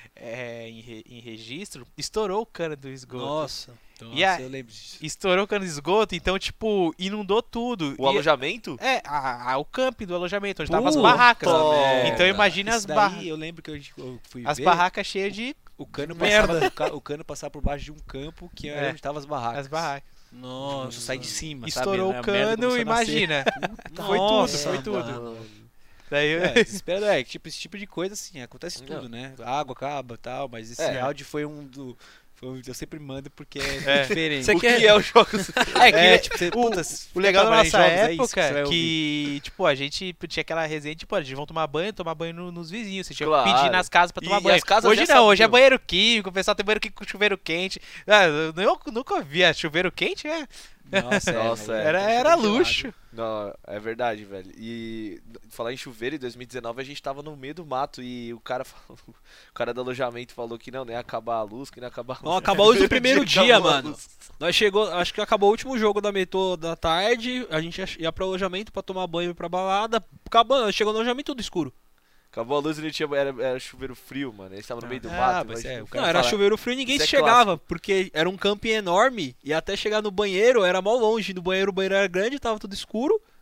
é, em, re- em registro, estourou o cano do esgoto. Nossa. Nossa, E a- eu lembro disso. Estourou o cano do esgoto, então, tipo, inundou tudo. O E- alojamento? É, a- a- o camping do alojamento, onde estavam as Puta barracas. merda. Então imagina Isso as, daí, barra eu lembro que eu, eu fui as ver, barracas cheias de o cano, merda. passava, por ca- o cano passava por baixo de um campo que era É. onde estavam as barracas. as barracas. Nossa, Nossa. sai de cima, Estourou sabe? o A merda cano, começou a nascer. imagina. foi tudo, Nossa, foi tudo. Mano. Daí eu- É, desespero, é, tipo, esse tipo de coisa, assim, acontece Não. tudo, né? A água acaba e tal, mas esse É. áudio foi um do... Foi um, eu sempre mando porque é, É. diferente. Você O que quer- é os jogos? É, que, É, tipo, você, o- puta, O legal da trabalhar em nossa jogos, é isso que você época vai é ouvir. que, tipo, a gente tinha aquela resenha, tipo, eles vão tomar banho, tomar banho no- nos vizinhos. Você tinha Claro. que pedir nas casas pra E- tomar e banho. as casas Hoje já não, hoje é sabiam. banheiro químico, o pessoal tem banheiro químico com chuveiro quente. Ah, eu, eu nunca via chuveiro quente, é. Nossa, é, Nossa, mas é. Era, tá era chuveiro gelado. luxo. Não, é verdade, velho. E falar em chuveiro, em dois mil e dezenove a gente tava no meio do mato e o cara falou, o cara do alojamento falou que não, nem ia acabar a luz, que não ia acabar a luz. Não, acabou a luz no primeiro dia, acabou a mano. luz. Nós chegou, acho que acabou o último jogo da metrô da tarde, a gente ia- ia pro alojamento pra tomar banho e ir pra balada. Acabou, chegou no alojamento tudo escuro. Acabou a luz e não tinha, era, era chuveiro frio, mano. Eles estavam no meio do Ah, mato. mas imagina. é, o Não, cara era fala- chuveiro frio e ninguém Isso se é chegava, porque era um camping enorme e até chegar no banheiro era mal longe. No banheiro o banheiro era grande, tava tudo escuro.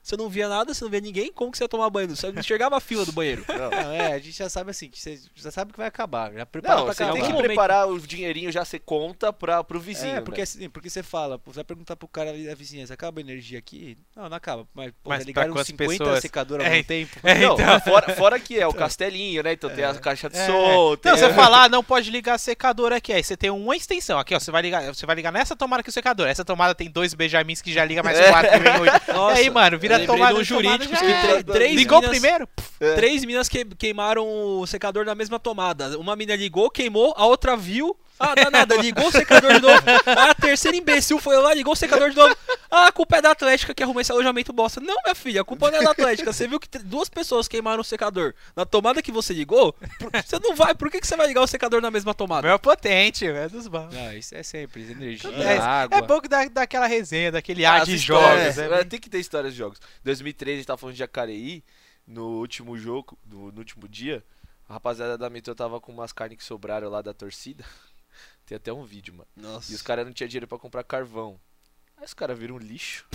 Você não via nada, você não via ninguém, como que você ia tomar banho? Você não enxergava a fila do banheiro. Não. Não, é, a gente já sabe assim, que você já sabe que vai acabar. Já prepara Não, pra você acabar. tem que momento. preparar o dinheirinho, já você conta pra, pro vizinho. É, porque né? assim, porque você fala, pô, você vai perguntar pro cara ali da vizinhança, acaba a energia aqui? Não, não acaba. Mas, pô, Mas já pra ligaram uns quantas cinquenta pessoas? secadores É, ao mesmo tempo. É, Não, então. fora, fora que é o castelinho, né? Então tem a caixa de É. som. tem Não, você a- fala, ah, não pode ligar secador aqui. Aí você tem uma extensão. Aqui, ó. Você vai ligar, você vai ligar nessa tomada aqui o secador. Essa tomada tem dois benjamins que já liga mais É. quatro que vem oito. Nossa, e aí, mano, vira eu lembrei tomada de um de tomada, jurídico já que era. tre- três Ligou minas- primeiro? É. Três minas que, queimaram o secador na mesma tomada. Uma mina ligou, queimou, a outra viu. Ah, dá nada, ligou o secador de novo. Ah, a terceira imbecil foi lá, ligou o secador de novo. Ah, a culpa é da Atlética que arrumou esse alojamento bosta. Não, minha filha, a culpa não é da Atlética. Você viu que te- duas pessoas queimaram o secador na tomada que você ligou? Por- Você não vai, por que, que você vai ligar o secador na mesma tomada? Meu potente, é dos bons. Não, isso é sempre, energia, É, água. é bom que dá, daquela resenha, daquele ar As de histórias, jogos. é, É, tem que ter histórias de jogos. Em dois mil e treze a gente tava falando de Jacareí, no último jogo, no, no último dia, a rapaziada da Metrô tava com umas carnes que sobraram lá da torcida. Tem até um vídeo, mano. Nossa. E os caras não tinham dinheiro pra comprar carvão. Aí os caras viram um lixo.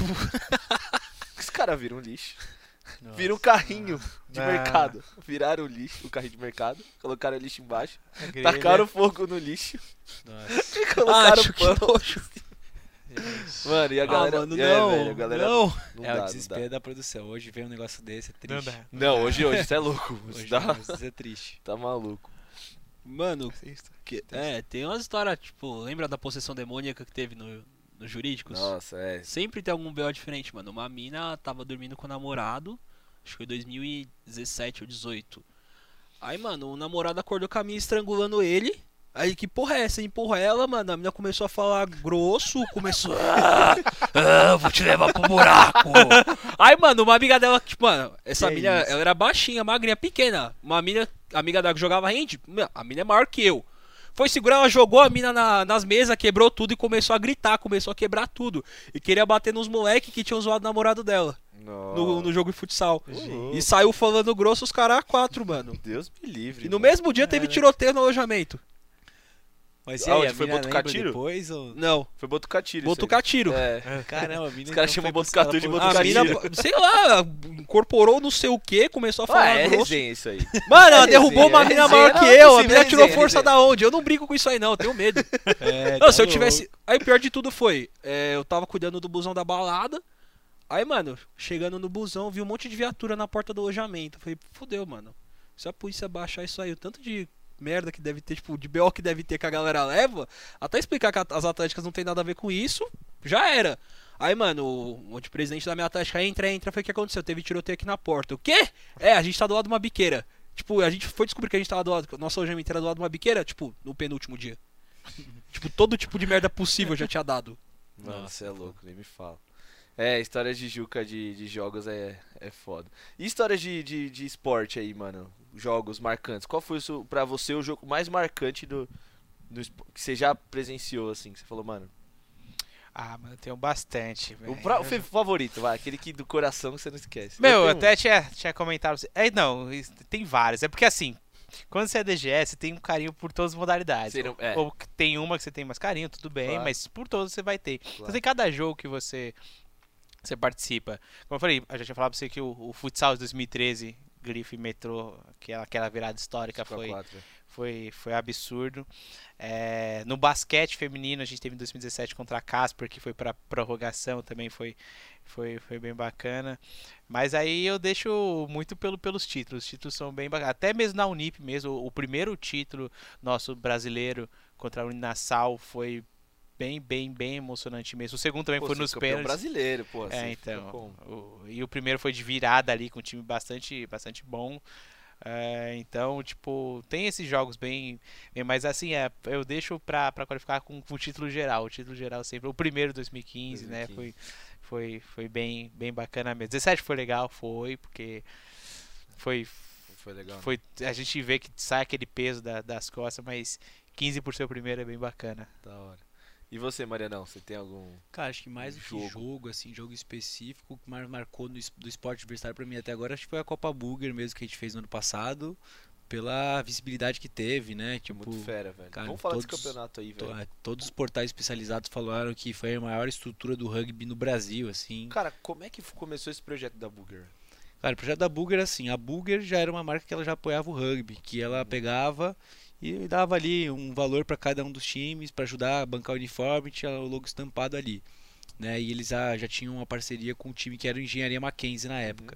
Os caras viram um lixo. Nossa. Viram um carrinho de Ah. mercado. Viraram o lixo, o carrinho de mercado. Colocaram o lixo embaixo. é grelha. Tacaram fogo no lixo. Nossa. E colocaram Acho que pano. nojo. Mano, e a galera. Ah, mano, é, não, velho, a galera não. não É dá, o não desespero dá. da produção. Hoje vem um negócio desse, é Não triste. dá. Não, hoje, hoje, você é louco. Você Hoje tá, um negócio desse é triste. tá maluco. Mano, que- é, tem umas histórias, tipo, lembra da possessão demoníaca que teve no, no Jurídicos? Nossa, é. Sempre tem algum B O diferente, mano. Uma mina tava dormindo com o namorado, acho que foi dois mil e dezessete ou dezoito. Aí, mano, o namorado acordou com a mina estrangulando ele. Aí, que porra é essa? Empurra ela, mano. A mina começou a falar grosso, começou. Ah, ah, vou te levar pro buraco. Aí, mano, uma amiga dela, tipo, mano, essa Que mina, isso? ela era baixinha, magrinha, pequena. Uma mina, amiga dela que jogava hand, meu, a mina é maior que eu. Foi segurar, ela jogou a mina na- nas mesas, quebrou tudo e começou a gritar, começou a quebrar tudo. E queria bater nos moleques que tinham zoado o namorado dela no, no jogo de futsal. Gente. E saiu falando grosso os caras a quatro, mano. Deus me livre. E no mano. mesmo dia teve tiroteio no alojamento. Mas e aí, Aonde? a Foi mina lembra Botucatiro? depois ou... Não, Foi Botucatiro. isso aí. Botucatiro. É. Caramba, a mina Os caras então chamam foi Botucatu de buscar ela A Botucatiro. mina, sei lá, incorporou não sei o que, começou a Ah, falar é grosso. resenha isso aí. Mano, ela É derrubou resenha, uma é mina resenha. maior que Não, é eu. A possível, mina é tirou resenha, força resenha. da onde? Eu não brinco com isso aí, não. Eu tenho medo. É, Não, tá se eu louco. tivesse. Aí o pior de tudo foi, é, eu tava cuidando do busão da balada. Aí, mano, chegando no busão, vi um monte de viatura na porta do alojamento. Falei, fudeu, mano. Se a polícia baixar isso aí, o tanto de merda que deve ter, tipo, de B O que deve ter que a galera leva, até explicar que a- as atléticas não tem nada a ver com isso, já era. Aí, mano, o, o presidente da minha atlética entra, entra, foi o que aconteceu? Teve tiroteio aqui na porta. O quê? É, a gente tá do lado de uma biqueira. Tipo, a gente foi descobrir que a gente tava do lado, que o nosso alojamento era do lado de uma biqueira, tipo, no penúltimo dia. Tipo, todo tipo de merda possível já tinha dado. Mano, Nossa, você é louco, nem me fala. É, história de Juca de, de jogos é, é foda. E histórias de, de, de esporte aí, mano? Jogos marcantes. Qual foi o seu, pra você o jogo mais marcante do, do espo- que você já presenciou, assim? Que você falou, mano. Ah, mano, eu tenho bastante. O, velho. pra- o fe- favorito, vai. Aquele que do coração que você não esquece. Meu, eu tenho um. até tinha, tinha comentado. É, não, isso- tem vários. É porque assim, quando você é D G S, você tem um carinho por todas as modalidades. Você não- é. Ou que tem uma que você tem mais carinho, tudo bem, Claro. mas por todos você vai ter. Então Claro. tem cada jogo que você, você participa. Como eu falei, eu já tinha falado pra você que o, o futsal de dois mil e treze, Grifo e Metrô, que é aquela virada histórica, Cinco a foi, quatro, velho. foi, foi absurdo. É, no basquete feminino, a gente teve em dois mil e dezessete contra a Casper, que foi pra prorrogação, também foi, foi, foi bem bacana. Mas aí eu deixo muito pelo, pelos títulos. Os títulos são bem bacanas. Até mesmo na Unip mesmo, o primeiro título nosso brasileiro contra a Uninassal foi bem, bem, bem emocionante mesmo. O segundo também Pô, foi você nos campeão pênaltis. brasileiro, pô. Assim, É, fica então. como? o- e o primeiro foi de virada ali, com um time bastante, bastante bom. É, então, tipo, tem esses jogos bem. bem- mas assim, é, eu deixo pra, pra qualificar com, com o título geral. O título geral sempre. O primeiro dois mil e quinze, né? dois mil Foi, foi, foi bem, bem bacana mesmo. dezessete foi legal, foi, porque foi. Foi legal. foi a gente vê que sai aquele peso da- das costas, mas quinze por ser o primeiro é bem bacana. Da hora. E você, Marianão, você tem algum. Cara, acho que mais do que Jogo. jogo, assim, jogo específico, o que mais marcou no, es- do esporte universitário pra mim até agora, acho que foi a Copa Burger mesmo que a gente fez no ano passado. pela visibilidade que teve, né? Tipo, Muito fera, velho. cara, Vamos falar todos- desse campeonato aí, to- velho. é, todos os portais especializados falaram que foi a maior estrutura do rugby no Brasil, assim. Cara, como é que f- começou esse projeto da Burger? Cara, o projeto da Burger, assim, a Burger já era uma marca que ela já apoiava o rugby, que ela Uhum. pegava e dava ali um valor para cada um dos times para ajudar a bancar o uniforme, tinha o logo estampado ali, né? E eles já, já tinham uma parceria com o time que era o Engenharia Mackenzie na época.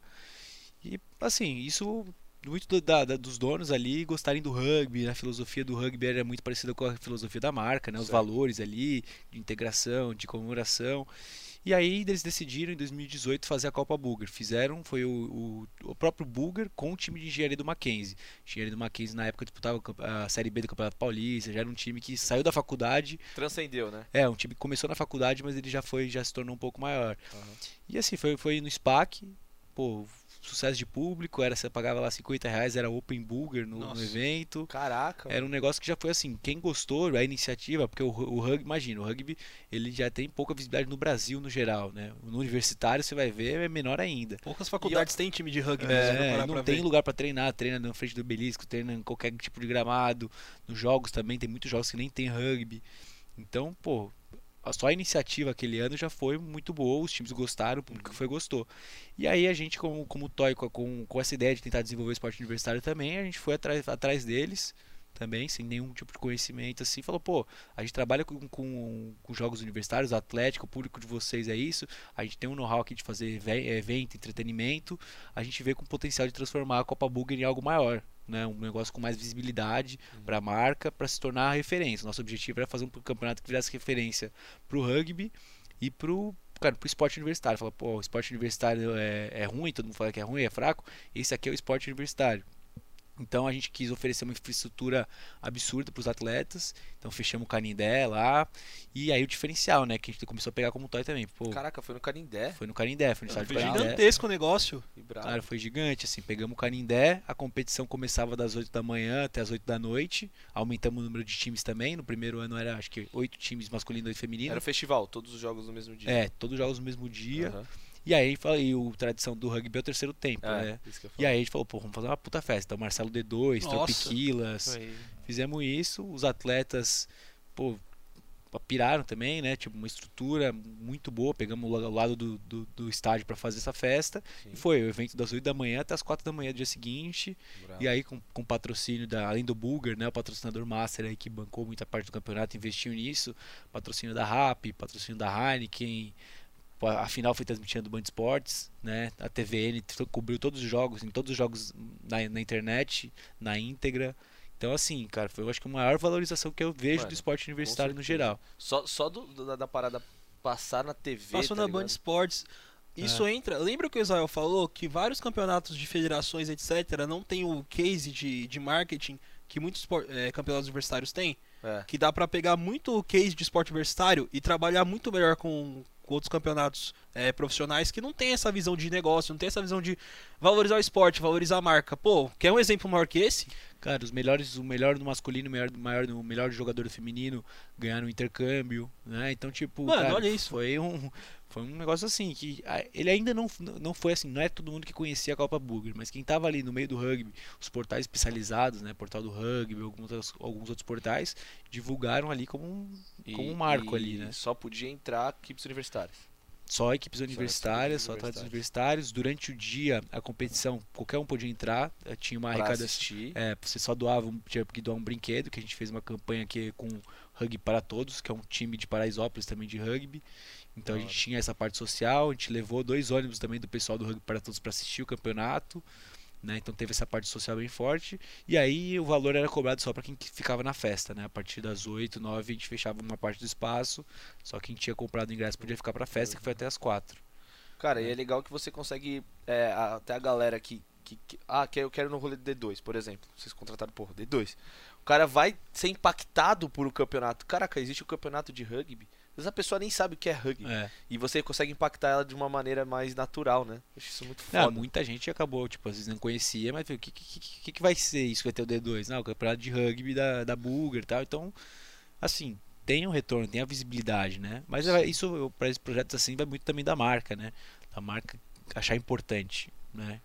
E assim, isso muito do- da, da- dos donos ali gostarem do rugby, a filosofia do rugby era muito parecida com a filosofia da marca, né? Os Certo. valores ali de integração, de comemoração. E aí eles decidiram em dois mil e dezoito fazer a Copa Burger. Fizeram, foi o, o, o próprio Burger com o time de engenharia do Mackenzie. Engenharia do Mackenzie na época disputava o campe- a Série B do Campeonato Paulista, já era um time que saiu da faculdade. Transcendeu, né? É, um time que começou na faculdade, mas ele já foi, já se tornou um pouco maior. Aham. E assim, foi, foi no SPAC, pô, sucesso de público, era, você pagava lá cinquenta reais, era Open Burger no, no Nossa. evento. Caraca. Era um negócio que já foi assim, quem gostou, a iniciativa, porque o, ru- o rugby, imagina, o rugby ele já tem pouca visibilidade no Brasil no geral, né? No universitário você vai ver, é menor ainda. Poucas faculdades têm time de rugby. né, se for É, parar não pra tem ver. lugar pra treinar, treina na frente do obelisco, treina em qualquer tipo de gramado. Nos jogos também, tem muitos jogos que nem tem rugby. Então, pô, a só a iniciativa aquele ano já foi muito boa, os times gostaram, o público foi gostou. E aí a gente, como, como Toy, com, com, com essa ideia de tentar desenvolver o esporte universitário também, a gente foi atrás, atrás deles também, sem nenhum tipo de conhecimento assim, falou, pô, a gente trabalha com, com, com jogos universitários, Atlético, o público de vocês é isso, a gente tem um know-how aqui de fazer ve- evento, entretenimento, a gente vê com potencial de transformar a Copa Burger em algo maior, né, um negócio com mais visibilidade para a marca, para se tornar a referência. Nosso objetivo era fazer um campeonato que virasse referência pro rugby e pro, cara, pro esporte universitário. Fala, pô, o esporte universitário é, é ruim, todo mundo fala que é ruim, é fraco. Esse aqui é o esporte universitário. Então a gente quis oferecer uma infraestrutura absurda para os atletas. Então fechamos o Canindé lá. E aí o diferencial, né? Que a gente começou a pegar como toy também. Pô, Caraca, foi no Canindé. foi no Canindé, foi no estádio Foi do Canindé. gigantesco o negócio. Que bravo. Cara, foi gigante, assim, pegamos o Canindé, a competição começava das oito da manhã até as oito da noite, aumentamos o número de times também, no primeiro ano era acho que oito times masculino e oito feminino. Era o festival, todos os jogos no mesmo dia. É, todos os jogos no mesmo dia. Aham. E aí falei, o tradição do rugby é o terceiro tempo, É, né? isso que eu E aí a gente falou, pô, vamos fazer uma puta festa. Então Marcelo D dois, Nossa. Tropiquilas, Foi- fizemos isso, os atletas, pô, piraram também, né? Tipo, uma estrutura muito boa, pegamos o lado do, do, do estádio pra fazer essa festa. Sim. E foi o evento das oito da manhã até as quatro da manhã do dia seguinte. Bravo. E aí com, com patrocínio da, além do Burger, né, o patrocinador master aí que bancou muita parte do campeonato, investiu nisso, patrocínio da Rappi, patrocínio da Heineken, pô, a final foi transmitida do Band Esportes, né, a T V N t- cobriu todos os jogos, em todos os jogos na, na internet, na íntegra. Então assim, cara, foi eu acho que a maior valorização que eu vejo Mano, do esporte universitário no certeza. geral. Só, só do, do- da, da parada passar na T V. Passou tá na Band ligado? Esportes. Isso entra. Lembra que o Israel falou que vários campeonatos de federações, etcétera, não tem o case de, de marketing que muitos espor- eh, campeonatos universitários têm? É. Que dá pra pegar muito o case de esporte universitário e trabalhar muito melhor com, com outros campeonatos eh, profissionais que não tem essa visão de negócio, não tem essa visão de valorizar o esporte, valorizar a marca. Pô, quer um exemplo maior que esse? Cara, os melhores, o melhor no masculino, o melhor, maior, o melhor jogador do feminino ganharam um intercâmbio, né? Então, tipo, Mano, cara, olha isso. foi um foi um negócio assim que ah, ele ainda não não foi assim, não é todo mundo que conhecia a Copa Burger, mas quem tava ali no meio do rugby, os portais especializados, né, portal do rugby, alguns outros, alguns outros portais divulgaram ali como um, E- como um marco e ali, né? Só podia entrar equipes universitárias. Só equipes universitárias, só atletas universitários. Durante o dia, a competição, qualquer um podia entrar, eh, tinha uma Pra arrecadação. assistir. É, você só doava, um- tinha que doar um brinquedo, que a gente fez uma campanha aqui com Rugby para Todos, que é um time de Paraisópolis também de rugby. Então a Da gente hora. tinha essa parte social, a gente levou dois ônibus também do pessoal do Rugby para Todos para assistir o campeonato, né? Então teve essa parte social bem forte. E aí o valor era cobrado só para quem que ficava na festa, né? A partir das oito, nove a gente fechava uma parte do espaço, só quem tinha comprado o ingresso podia ficar para festa, que foi até as quatro. Cara, e é legal que você consegue. É, a- até a galera que, que, que- Ah, que eu quero no rolê do D dois, por exemplo. Vocês contrataram, porra, D dois. O cara vai ser impactado por o campeonato. Caraca, existe o campeonato de rugby. Às vezes a pessoa nem sabe o que é rugby. É. E você consegue impactar ela de uma maneira mais natural, né? Eu acho isso muito Ah, foda. muita gente acabou, tipo, às vezes não conhecia, mas viu, o que, que, que, que vai ser isso que vai ter o D dois? Não, o campeonato de rugby da, da Burger e tal. Então, assim, tem um retorno, tem a visibilidade, né? Mas é, isso, para esses projetos assim, vai muito também da marca, né? Da marca achar importante, né?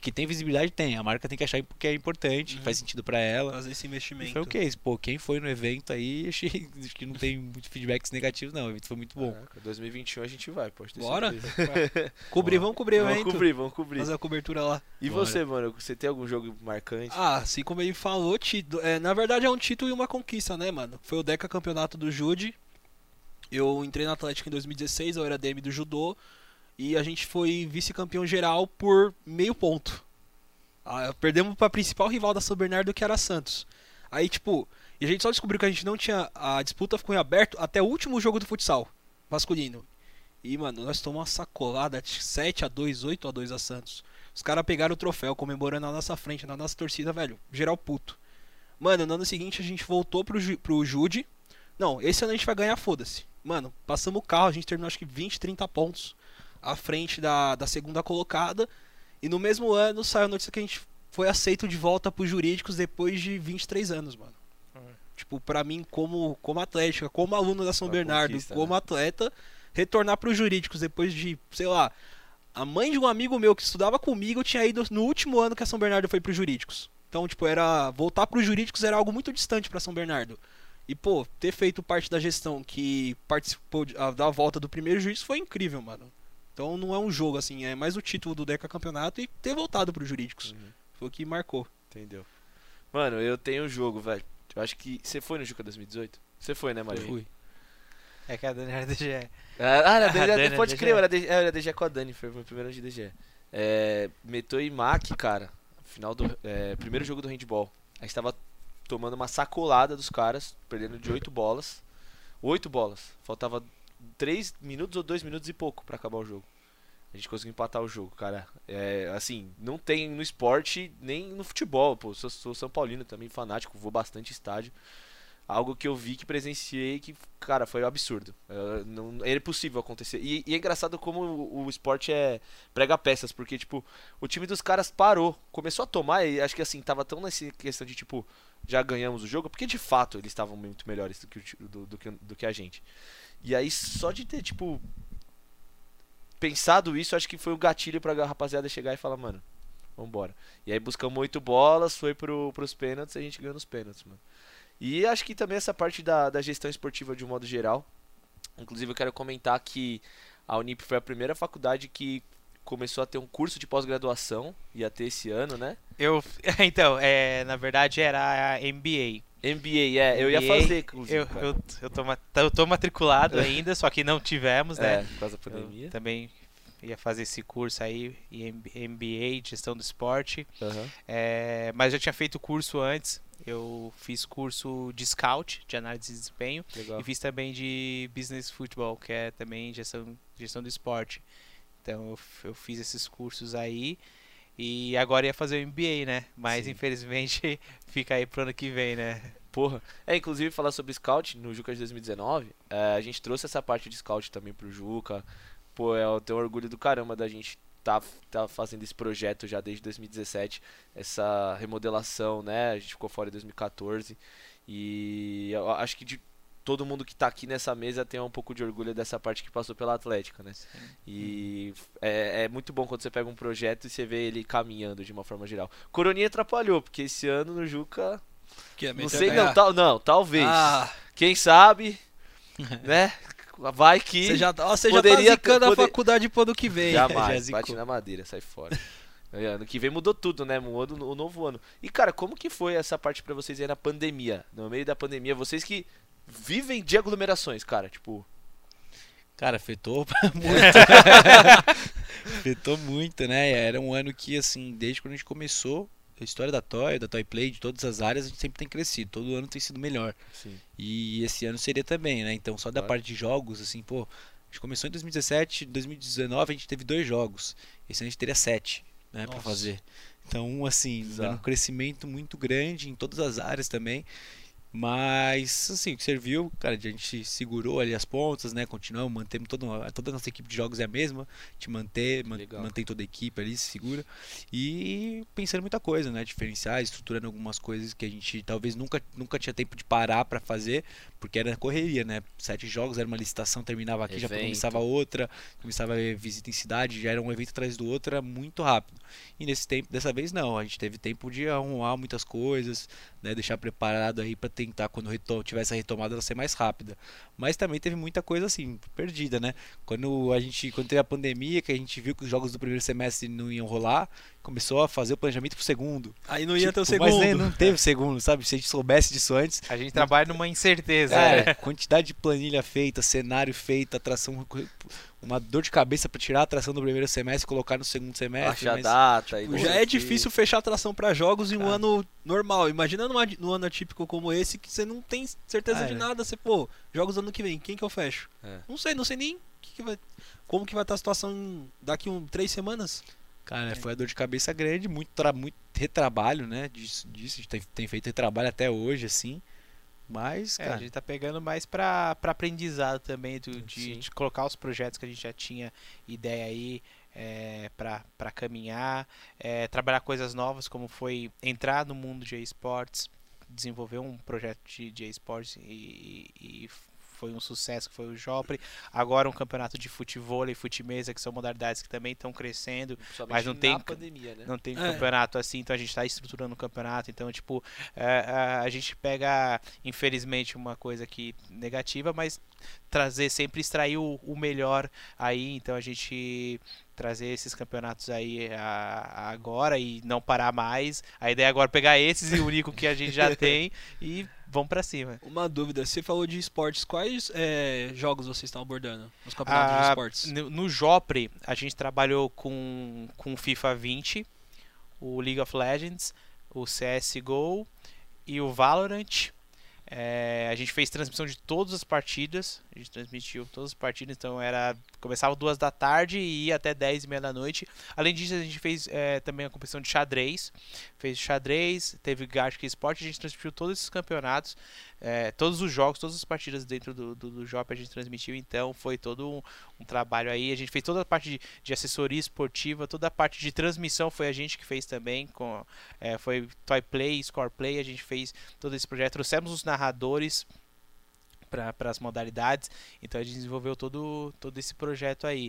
Porque tem visibilidade, tem. A marca tem que achar que é importante, Uhum. faz sentido pra ela. Fazer esse E investimento. foi o que? Pô, quem foi no evento aí, achei acho que não tem muito feedbacks negativos, não. O evento foi muito bom. Caraca, dois mil e vinte e um a gente vai, pode ter Bora? certeza. Cobrir, vamos cobrir o Vamos evento. cobrir, vamos cobrir. Fazer a cobertura lá. E Bora. você, mano? Você tem algum jogo marcante? Ah, assim como ele falou, título, é, na verdade é um título e uma conquista, né, mano? Foi o Deca Campeonato do Jude. Eu entrei na Atlética em dois mil e dezesseis, eu era D M do Judô. E a gente foi vice-campeão geral por meio ponto. Ah, perdemos pra principal rival da São Bernardo, que era Santos. Aí, tipo, e a gente só descobriu que a gente não tinha. A disputa ficou em aberto até o último jogo do futsal masculino. E, mano, nós tomamos uma sacolada de sete a dois, oito a dois a Santos. Os caras pegaram o troféu, comemorando na nossa frente, na nossa torcida, velho. Geral puto. Mano, no ano seguinte a gente voltou pro, Ju- pro Jude. Não, esse ano a gente vai ganhar, foda-se. Mano, passamos o carro, a gente terminou acho que vinte, trinta pontos à frente da, da segunda colocada. E no mesmo ano saiu a notícia que a gente foi aceito de volta pros jurídicos depois de vinte e três anos, mano. Tipo, pra mim, como, como atlética, como aluno da São Uma Bernardo, conquista, como né? atleta, retornar pros jurídicos depois de, sei lá, a mãe de um amigo meu que estudava comigo tinha ido no último ano que a São Bernardo foi pros jurídicos. Então, tipo, era voltar pros jurídicos era algo muito distante pra São Bernardo. E, pô, ter feito parte da gestão que participou de- a- da volta do primeiro juiz foi incrível, mano. Então não é um jogo, assim, é mais o título do Deca Campeonato e ter voltado pros jurídicos. Uhum. Foi o que marcou. Entendeu? Mano, eu tenho um jogo, velho. Eu acho que. Você foi no Juca dois mil e dezoito? Você foi, né, Maria? Fui. É que a Dani era D G E. Ah, era A Dani D G, era pode D G E. crer, eu era D G, é, eu era D G E com a Dani, foi o meu primeiro ano de D G E. É, Metou e Mac, cara, final do é, primeiro jogo do handball. A gente tava tomando uma sacolada dos caras, perdendo de oito bolas. oito bolas. Faltava três minutos ou dois minutos e pouco pra acabar o jogo. A gente conseguiu empatar o jogo, cara. É, assim, não tem no esporte nem no futebol, pô. Sou, sou São Paulino também, fanático, vou bastante estádio. Algo que eu vi, que presenciei, que, cara, foi um absurdo. É, não, era impossível acontecer. E, e é engraçado como o, o esporte é prega peças, porque, tipo, o time dos caras parou, começou a tomar, e acho que, assim, tava tão nessa questão de, tipo, já ganhamos o jogo, porque, de fato, eles estavam muito melhores do que, o ti- do, do, que, do que a gente. E aí, só de ter, tipo, pensado isso, acho que foi o gatilho pra rapaziada chegar e falar, mano, vambora. E aí buscamos oito bolas, foi pro, pros pênaltis e a gente ganhou nos pênaltis, mano. E acho que também essa parte da, da gestão esportiva de um modo geral. Inclusive eu quero comentar que a Unip foi a primeira faculdade que começou a ter um curso de pós-graduação, ia ter esse ano, né? Eu, então, é, na verdade era a M B A. M B A, é, eu ia M B A, fazer, inclusive. Eu, cara. eu, eu, tô, ma- eu tô matriculado ainda, só que não tivemos, né? É, por causa da Eu pandemia. também ia fazer esse curso aí, em M B A, Gestão do Esporte. Aham. É, mas já tinha feito curso antes. Eu fiz curso de Scout, de análise de desempenho. Legal. E fiz também de Business Football, que é também gestão, gestão do esporte. Então eu, f- eu fiz esses cursos aí. E agora ia fazer o M B A, né? Mas Sim. infelizmente fica aí pro ano que vem, né? Porra. É, inclusive falar sobre Scout no Juca de dois mil e dezenove, é, a gente trouxe essa parte de Scout também pro Juca. Pô, eu tenho orgulho do caramba da gente tá, tá fazendo esse projeto já desde dois mil e dezessete, essa remodelação, né? A gente ficou fora em dois mil e quatorze. E eu acho que de todo mundo que tá aqui nessa mesa tem um pouco de orgulho dessa parte que passou pela Atlética, né? E é, é muito bom quando você pega um projeto e você vê ele caminhando de uma forma geral. Coroninha atrapalhou, porque esse ano no Juca. Que é Não sei, não, tal, não, talvez. Ah, Quem sabe, né? Vai que. você já, ó, você já poderia tá zicando ter- a poder- faculdade pro ano que vem. Já Jamais, zicou. bate na madeira, sai fora. É, ano que vem mudou tudo, né? Mudou o novo ano. E, cara, como que foi essa parte pra vocês aí na pandemia? No meio da pandemia, vocês que vivem de aglomerações, cara, tipo. Cara, afetou muito. Afetou muito, né? Era um ano que, assim, desde quando a gente começou, a história da Toy, da Toy Play, de todas as áreas, a gente sempre tem crescido. Todo ano tem sido melhor. Sim. E esse ano seria também, né? Então, só da Claro. parte de jogos, assim, pô, a gente começou em dois mil e dezessete, dois mil e dezenove a gente teve dois jogos. Esse ano a gente teria sete, né, pra Nossa. fazer. Então, assim, Bizarro. um crescimento muito grande em todas as áreas também. Mas, assim, o que serviu, cara, a gente segurou ali as pontas, né? Continuamos, mantemos toda, toda a nossa equipe de jogos é a mesma. A gente manter, man- Legal. mantém toda a equipe ali, se segura. E pensando em muita coisa, né? Diferenciais, estruturando algumas coisas que a gente talvez nunca, nunca tinha tempo de parar pra fazer, porque era correria, né? Sete jogos, era uma licitação, terminava aqui, já Evento. começava outra, começava a visita em cidade, já era um evento atrás do outro, era muito rápido. E nesse tempo, dessa vez não, a gente teve tempo de arrumar muitas coisas, né? Deixar preparado aí pra tentar, quando reto- tivesse a retomada, ela ser mais rápida. Mas também teve muita coisa assim, perdida, né? Quando a gente, quando teve a pandemia, que a gente viu que os jogos do primeiro semestre não iam rolar, começou a fazer o planejamento pro segundo. Aí não ia ter o Tipo, mas segundo. nem- não teve o segundo, sabe? Se a gente soubesse disso antes, A gente trabalha numa incerteza. né? cara, quantidade de planilha feita, cenário feito, atração, uma dor de cabeça pra tirar a atração do primeiro semestre e colocar no segundo semestre. Achar mas- data. e Já não é sei o difícil fechar atração pra jogos em um Cara. ano normal. Imagina numa, num ano atípico como esse que você não tem certeza Ah, de é. nada. Você, pô, jogos ano que vem, quem que eu fecho? É. Não sei, não sei nem que que vai, como que vai estar a situação em- daqui um três semanas. Cara, foi a dor de cabeça grande, muito, tra- muito retrabalho, né? Disso, disso. A gente tem, tem feito retrabalho até hoje, assim. Mas, É, cara, a gente tá pegando mais pra, pra aprendizado também, do- de, Sim. de colocar os projetos que a gente já tinha ideia aí é, pra, pra caminhar, é, trabalhar coisas novas, como foi entrar no mundo de esportes, desenvolver um projeto de, de esportes e, e foi um sucesso, que foi o Jopre. Agora um campeonato de futevôlei e futemesa, que são modalidades que também estão crescendo. Principalmente Mas não na tem- pandemia, né? Não tem É. campeonato assim, então a gente está estruturando o campeonato. Então, tipo, é, a, a gente pega, infelizmente, uma coisa aqui negativa, mas trazer, sempre extrair o, o melhor aí. Então, a gente trazer esses campeonatos aí a- agora e não parar mais. A ideia é agora pegar esses e unir com o que a gente já tem e vamos pra cima. Uma dúvida, você falou de esportes, quais é, jogos vocês estão abordando nos campeonatos de Ah, esportes? no, no Jopre, a gente trabalhou com, com o FIFA vinte, o League of Legends, o C S G O e o Valorant. É, a gente fez transmissão de todas as partidas. A gente transmitiu todas as partidas, então era. Começava duas da tarde e ia até dez e meia da noite. Além disso, a gente fez é, também a competição de xadrez. Fez xadrez, teve Gartic Esporte, a gente transmitiu todos esses campeonatos, é, todos os jogos, todas as partidas dentro do, do, do Jop a gente transmitiu, então foi todo um, um trabalho aí. A gente fez toda a parte de, de assessoria esportiva, toda a parte de transmissão foi a gente que fez também, com, é, foi Toy Play, Score Play, a gente fez todo esse projeto, trouxemos os narradores para as modalidades, então a gente desenvolveu todo, todo esse projeto aí.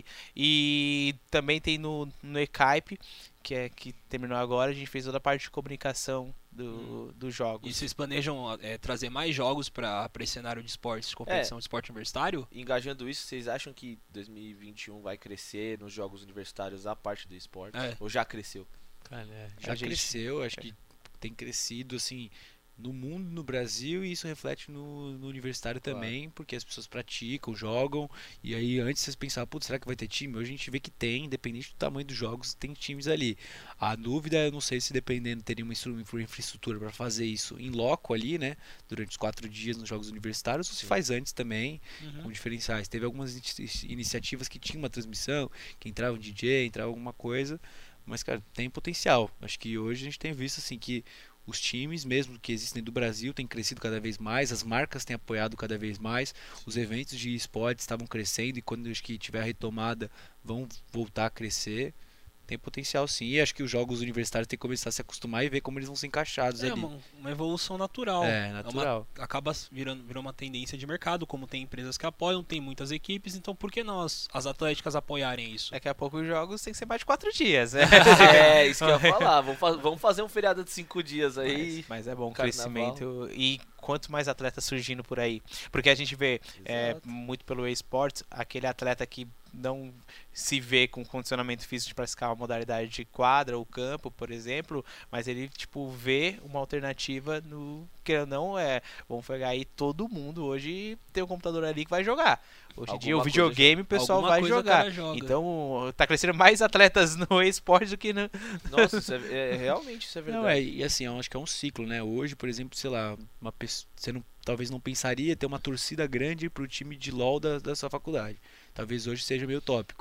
E também tem no, no Ecaip, que é que terminou agora, a gente fez toda a parte de comunicação do, dos jogos. E vocês planejam é, trazer mais jogos para esse cenário de esportes, de competição de esporte universitário? Engajando isso, vocês acham que dois mil e vinte e um vai crescer nos jogos universitários a parte do esporte? É. Ou já cresceu? cara, é, já A gente- cresceu, acho que tem crescido, assim, no mundo, no Brasil, e isso reflete no, no universitário Claro. também, porque as pessoas praticam, jogam, e aí antes vocês pensavam, putz, será que vai ter time? Hoje a gente vê que tem, independente do tamanho dos jogos, tem times ali. A dúvida, eu não sei se dependendo, teria uma infra- infra- infraestrutura para fazer isso em loco ali, né, durante os quatro dias nos jogos universitários, ou se faz antes também, com diferenciais. Teve algumas inici- iniciativas que tinham uma transmissão, que entrava um D J, entrava alguma coisa, mas, cara, tem potencial. Acho que hoje a gente tem visto, assim, que os times mesmo que existem do Brasil têm crescido cada vez mais, as marcas têm apoiado cada vez mais, os eventos de esportes estavam crescendo e quando acho que tiver a retomada vão voltar a crescer. Tem potencial sim, e acho que os jogos universitários têm que começar a se acostumar e ver como eles vão ser encaixados É ali. uma, uma evolução natural. É, uma- natural. acaba virando, virou uma tendência de mercado, como tem empresas que apoiam, tem muitas equipes, então por que nós, as atléticas, apoiarem isso? Daqui a pouco os jogos tem que ser mais de quatro dias, né? É, isso que eu ia falar. Vamos, fa- vamos fazer um feriado de cinco dias aí. Mas, mas é bom o Carnaval. crescimento e quanto mais atletas surgindo por aí. Porque a gente vê é, Exato. muito pelo esportes, aquele atleta que não se vê com condicionamento físico de praticar uma modalidade de quadra ou campo, por exemplo, mas ele tipo vê uma alternativa no que não é, vamos pegar aí todo mundo hoje tem um computador ali que vai jogar. Hoje em dia o Alguma coisa videogame o pessoal Alguma vai coisa o jogar. cara joga. Então tá crescendo mais atletas no esporte do que no Nossa, isso é, é- realmente isso é verdade. Não, é, e assim, eu acho que é um ciclo, né? Hoje, por exemplo, sei lá, uma pessoa, você não, talvez não pensaria ter uma torcida grande pro time de LoL da, da sua faculdade. Talvez hoje seja meio tópico.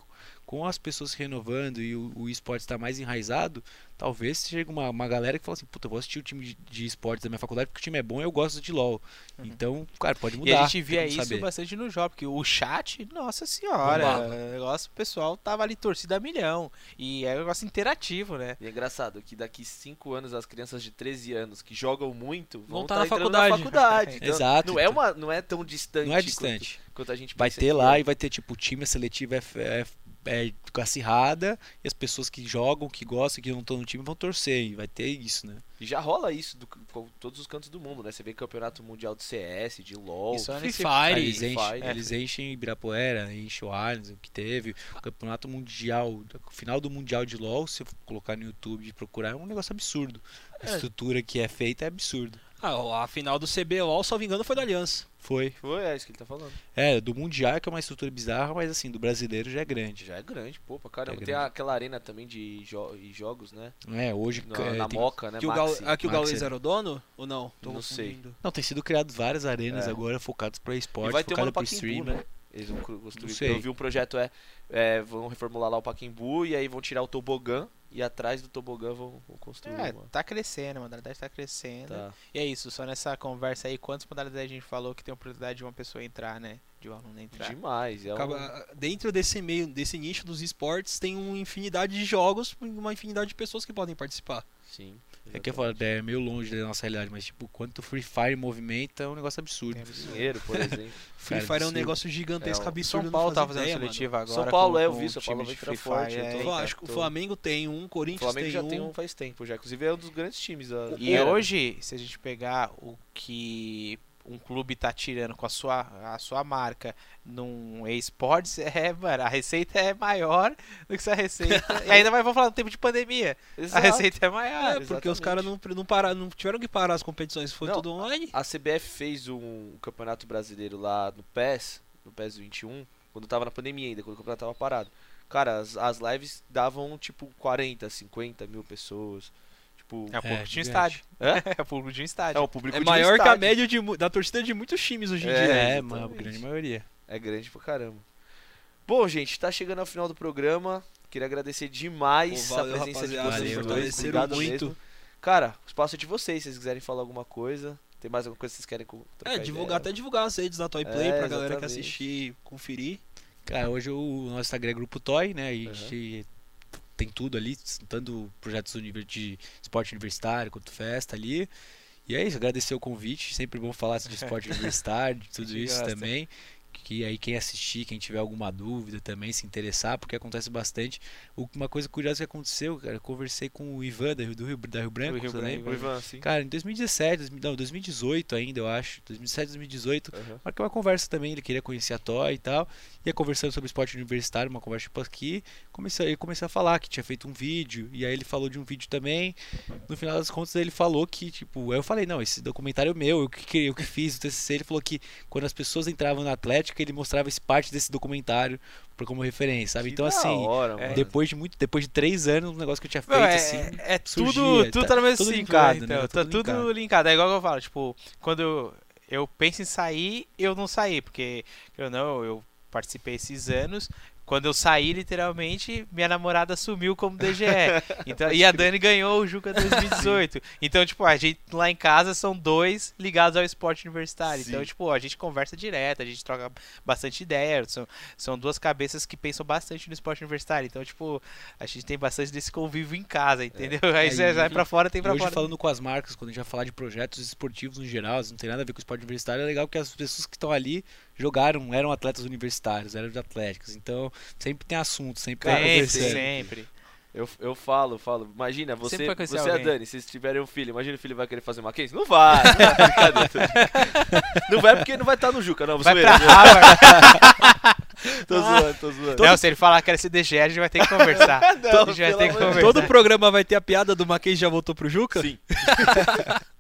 com as pessoas se renovando e o, o esporte está mais enraizado, talvez chegue uma, uma galera que fala assim, puta, eu vou assistir o time de, de esportes da minha faculdade porque o time é bom e eu gosto de LoL. Uhum. Então, cara, pode mudar. E a gente via tem como isso saber. bastante no jogo, porque o chat, nossa senhora, Bombava. o negócio, o pessoal tava ali torcida a milhão. E é um negócio interativo, né? E é engraçado que daqui cinco anos as crianças de treze anos que jogam muito vão Vão estar tá na entrando faculdade. na faculdade. Então, Exato, Não é, então. uma, não é tão distante. Não é quanto- distante. Quanto, a gente Vai pensa ter que lá é. e vai ter, tipo, time, a seletiva é, é, é acirrada e as pessoas que jogam, que gostam, que não estão no time vão torcer. E vai ter isso, né? E já rola isso do, com todos os cantos do mundo, né? Você vê campeonato mundial de C S, de LoL. Isso é Free nesse- Fire. Aí eles, Free enchem, Fire. eles enchem Ibirapuera, enchem o Allianz, o que teve. O campeonato mundial, o final do mundial de LoL, se eu colocar no YouTube e procurar, é um negócio absurdo. A É. estrutura que é feita é absurdo. Ah, a final do C B L O L, salvo engano, foi da Aliança. Foi. Foi, é isso que ele tá falando. É, do mundial que é uma estrutura bizarra, mas assim, do brasileiro já é grande. Já é grande, pô, pra caramba. É Tem grande. aquela arena também de jo e jogos, né? É, hoje Na, é, na tem- Moca, né? Que o Gal... Maxi. Aqui o Maxi. Gaules era o dono? Ou não? Tô Não sei. confundindo. Não, tem sido criado várias arenas É. agora focadas para E esporte, vai ter uma focada no para Pacaembu, streaming. né? Eles vão cru- construir. sei. Eu vi um projeto, é, é, vão reformular lá o Pacaembu e aí vão tirar o tobogã e atrás do tobogã vão, vão construir É, uma. tá crescendo, a modalidade tá crescendo. Tá. E é isso, só nessa conversa aí, quantas modalidades a gente falou que tem a oportunidade de uma pessoa entrar, né? De um aluno entrar. Demais. É um- Acaba- Dentro desse meio, desse nicho dos esportes, tem uma infinidade de jogos e uma infinidade de pessoas que podem participar. Sim. É que eu falo, é meio longe da nossa realidade, mas tipo, quanto o Free Fire movimenta é um negócio absurdo. Tem absurdo. Dinheiro, por exemplo. Free Cara, Fire é um absurdo. negócio gigantesco, É, o absurdo. São Paulo não tá faz fazendo ideia, seletiva agora. São Paulo, com- é, eu com vi, o São time Paulo de vai entrar Free forte, Fire, eu é, tô- mano. então. Acho que o tô- Flamengo tem um, o O Corinthians Flamengo tem já um. tem um faz tempo já. Inclusive é um dos grandes times. a- E era. hoje, se a gente pegar o que um clube tá tirando com a sua, a sua marca num eSports, é, mano, a receita é maior do que essa receita. E ainda mais, vou falar no tempo de pandemia. A Exato. receita é maior. É, porque os exatamente. caras não, não, pararam, não tiveram que parar as competições, foi Não, tudo online. A C B F fez um campeonato brasileiro lá no P E S, no P E S vinte e um, quando tava na pandemia ainda, quando o campeonato tava parado. Cara, as, as lives davam tipo quarenta, cinquenta mil pessoas. Tipo, É o público de um gigante. estádio. É? É o público de um estádio. é o público É de um maior que a estádio. média de mu- da torcida de muitos times hoje em É, dia. É, exatamente. mas a grande maioria. É grande pra caramba. Bom, gente, tá chegando ao final do programa. Queria agradecer demais Pô, valeu, a presença de rapaziada. vocês. Valeu, por dois. agradeceram Obrigado muito. mesmo. Cara, o espaço é de vocês. Se vocês quiserem falar alguma coisa, tem mais alguma coisa que vocês querem co- trocar É, divulgar, ideia? até divulgar as redes da Toy Play É, pra galera que exatamente. assistir conferir. Cara, hoje o nosso Instagram é Grupo Toy, né? A gente tem tudo ali, tanto projetos univer- de esporte universitário quanto festa ali. E é isso, agradecer o convite. Sempre bom falar de esporte universitário, de tudo A gente isso gosta. também. Que aí quem assistir, quem tiver alguma dúvida também, se interessar, porque acontece bastante. O- Uma coisa curiosa que aconteceu, cara, eu conversei com o Ivan da Rio, do Rio, da Rio Branco, Do Rio você Branco, lembra? O Ivan, sim. Cara, em dois mil e dezessete, dois mil não, dois mil e dezoito ainda, eu acho. dois mil e dezessete, dois mil e dezoito. Aham. Marquei uma conversa também, ele queria conhecer a Toy e tal. Ia conversando sobre esporte universitário, uma conversa tipo aqui. Comecei, eu comecei a falar que tinha feito um vídeo, e aí ele falou de um vídeo também. No final das contas, ele falou que, tipo, aí eu falei, não, esse documentário é meu, eu que, eu que fiz o T C C. Ele falou que quando as pessoas entravam na Atlética, ele mostrava esse parte desse documentário pra- como referência, sabe? Que Então, da assim, hora, é, mano. depois de muito, depois de três anos, um negócio que eu tinha feito, Meu, é, assim. é tudo, surgia, tudo tá- tá no mesmo tudo ciclo, linkado, né? né? Então, Tá tá tudo tudo linkado. linkado. É igual que eu falo, tipo, quando eu, eu penso em sair, eu não saí, porque eu não, eu participei esses anos. Quando eu saí, literalmente, minha namorada sumiu como D G E. Então, e a Dani ganhou o Juca dois mil e dezoito. Então, tipo, a gente lá em casa são dois ligados ao esporte universitário. Sim. Então, tipo, a gente conversa direto, a gente troca bastante ideia. São, são duas cabeças que pensam bastante no esporte universitário. Então, tipo, a gente tem bastante desse convívio em casa, entendeu? Aí É, você e- vai pra fora, tem E pra hoje fora. falando com as marcas, quando a gente vai falar de projetos esportivos no geral, não tem nada a ver com o esporte universitário, é legal que as pessoas que estão ali jogaram, eram atletas universitários, eram de atléticos. Então, sempre tem assunto, sempre tem Sempre, conversando. sempre. Eu, eu falo, falo. Imagina, você, Sempre vai conhecer você e a alguém. Dani, se vocês tiverem um filho, imagina o filho vai querer fazer Mackenzie? Não vai, não vai, brincadeira, tô brincando. Não vai porque não vai estar no Juca, não. Vai zoeira, pra zoeira. Harvard. Tô zoando, tô zoando. Não, se ele falar que era C D G, a gente vai ter que conversar. Não, a gente vai pelo ter que amor de conversar. Todo programa vai ter a piada do Mackenzie já voltou pro Juca? Sim.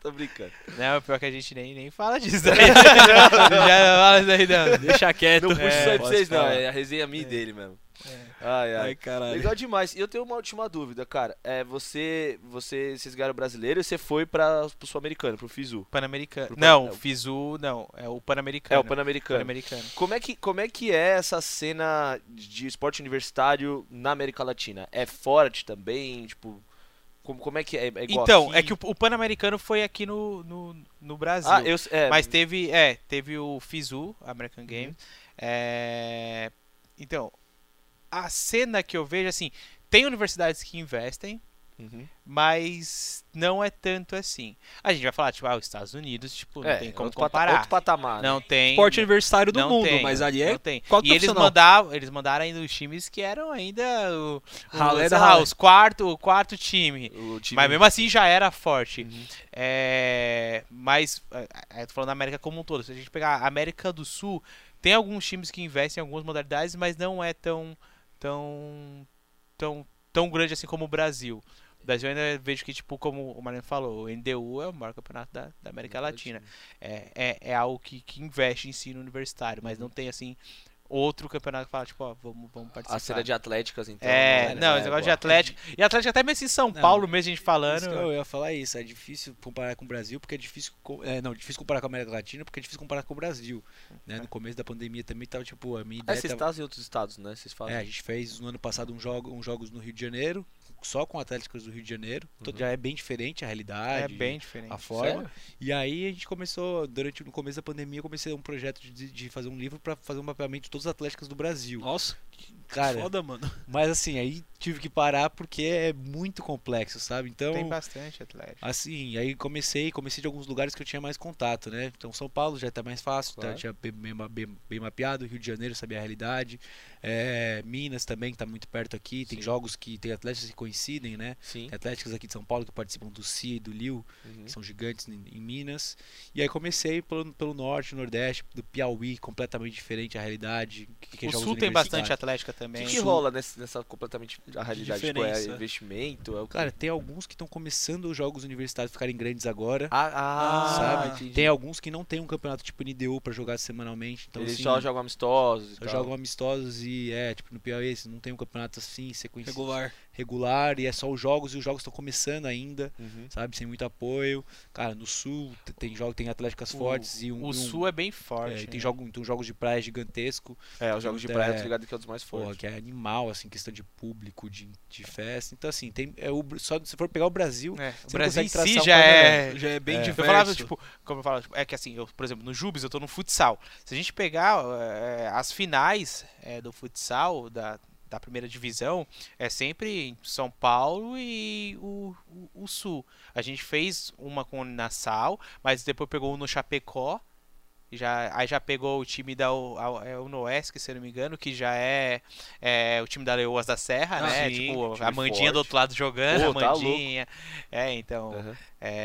Tô brincando. Não, pior que a gente nem, nem fala disso daí. Já não fala isso aí, não. Deixa quieto. Não puxa É, isso aí pra posso vocês, não. falar. É a resenha minha e dele mesmo. É. Ai, ai. Ai, caralho. Legal demais. E eu tenho uma última dúvida, cara. É, você, você, vocês ganharam o brasileiro e você foi para pro Sul-Americano, pro Fizu. Pan-Americano. Pro Pan- Não, é o- Fizu, não. É o É, Pan-Americano. o Pan-Americano. Pan-Americano. Como é, que, como é que é essa cena de esporte universitário na América Latina? É forte também? Tipo, como, como é que é? É igual Então, aqui? é que o, o Pan-Americano foi aqui no, no, no Brasil. Ah, eu, é, Mas teve, é, teve o Fizu, American Uhum. Games. É, então, a cena que eu vejo, assim, tem universidades que investem, Uhum. mas não é tanto assim. A gente vai falar, tipo, ah, os Estados Unidos, tipo, não É, tem como outro pata- comparar. outro patamar. né? Não tem. Esporte universitário do não mundo, tem, mas ali é não tem. quadro E eles profissional. mandaram, eles mandaram ainda os times que eram ainda o, o, Ralé sei da lá, ralé. os quarto, o quarto time. O time- Mas mesmo assim já era forte. Uhum. É, mas, é, é, eu tô falando da América como um todo. Se a gente pegar a América do Sul, tem alguns times que investem em algumas modalidades, mas não é tão, tão, tão, tão grande assim como o Brasil. O Brasil eu ainda vejo que, tipo, como o Mariano falou, o N D U é o maior campeonato da, da América Latina. É, é, é algo que, que investe em ensino universitário, mas não tem, assim, outro campeonato que fala, tipo, ó, vamos, vamos participar. A cena de atléticas, então. É, né? não, esse negócio de igual. Atlético. E Atlético até mesmo em São Não, Paulo mesmo, a gente falando. Isso que eu ia falar isso, é difícil comparar com o Brasil, porque é difícil, co- é, não, difícil comparar com a América Latina, porque é difícil comparar com o Brasil, né? No começo da pandemia também tava, tipo, a minha É, ideia vocês tava, estão em outros estados, né? Vocês fazem. é, a gente fez no ano passado um jogo, uns jogos no Rio de Janeiro, só com atléticos do Rio de Janeiro, então Uhum. já é bem diferente a É realidade, bem diferente. a forma. Sério? E aí a gente começou, durante no começo da pandemia, eu comecei um projeto de, de fazer um livro para fazer um mapeamento de todos os atléticos do Brasil. Nossa, Cara, foda, mano. mas assim, aí tive que parar porque é muito complexo, sabe? Então, Tem bastante Atlético. assim, aí comecei, comecei de alguns lugares que eu tinha mais contato, né? Então São Paulo já tá mais fácil, Claro. tá, tinha bem, bem, ma- bem- bem mapeado, Rio de Janeiro sabia a realidade, é, Minas também que tá muito perto aqui, tem Sim. jogos que tem atléticos que coincidem, né? Sim. Tem atléticos aqui de São Paulo que participam do C I e do Lille, Uhum. que são gigantes em, em Minas. E aí comecei pelo, pelo norte, nordeste, do Piauí, completamente diferente a realidade. Que, que é O jogos Sul tem bastante universitários. Atlética O também. que, que rola nesse- nessa completamente a realidade? Tipo, é diferença? investimento? É o quê? Cara, tem alguns que estão começando os jogos universitários ficarem grandes agora. Ah, ah, sabe? entendi. Tem alguns que não tem um campeonato tipo N D U pra jogar semanalmente. Então, Eles assim, só jogam amistosos e só tal. jogam amistosos e é, tipo, no Piauí, assim, não tem um campeonato assim, sequência Regular. regular, e é só os jogos, e os jogos estão começando ainda, Uhum. sabe? Sem muito apoio. Cara, no sul t- tem jogos, tem atléticas O- fortes e um. O e um- Sul é bem é, forte. e tem, né? jogo, tem jogos de praia gigantesco, É, os jogos de É, praia, eu tô ligado que é um dos mais porra, fortes. que é animal, assim, questão de público, de, de festa. Então, assim, tem, é o, só se for pegar o Brasil, É, o você não Brasil em consegue traçar si um já é. panorama. Já é bem É. Eu diverso. falava, tipo, como eu falava, tipo, é que assim, eu, por exemplo, no Jubes eu tô no futsal. Se a gente pegar é, as finais é, do futsal, da, da primeira divisão, é sempre em São Paulo e o, o, o Sul. A gente fez uma com o Nassau, mas depois pegou um no Chapecó. Já, aí já pegou o time da U- a- é o Noesc, se eu não me engano, que já é, é o time da Leoas da Serra, Ah, né? sim, Tipo, time a Mandinha forte. do outro lado jogando, Pô, a tá Mandinha. É, então. Aham.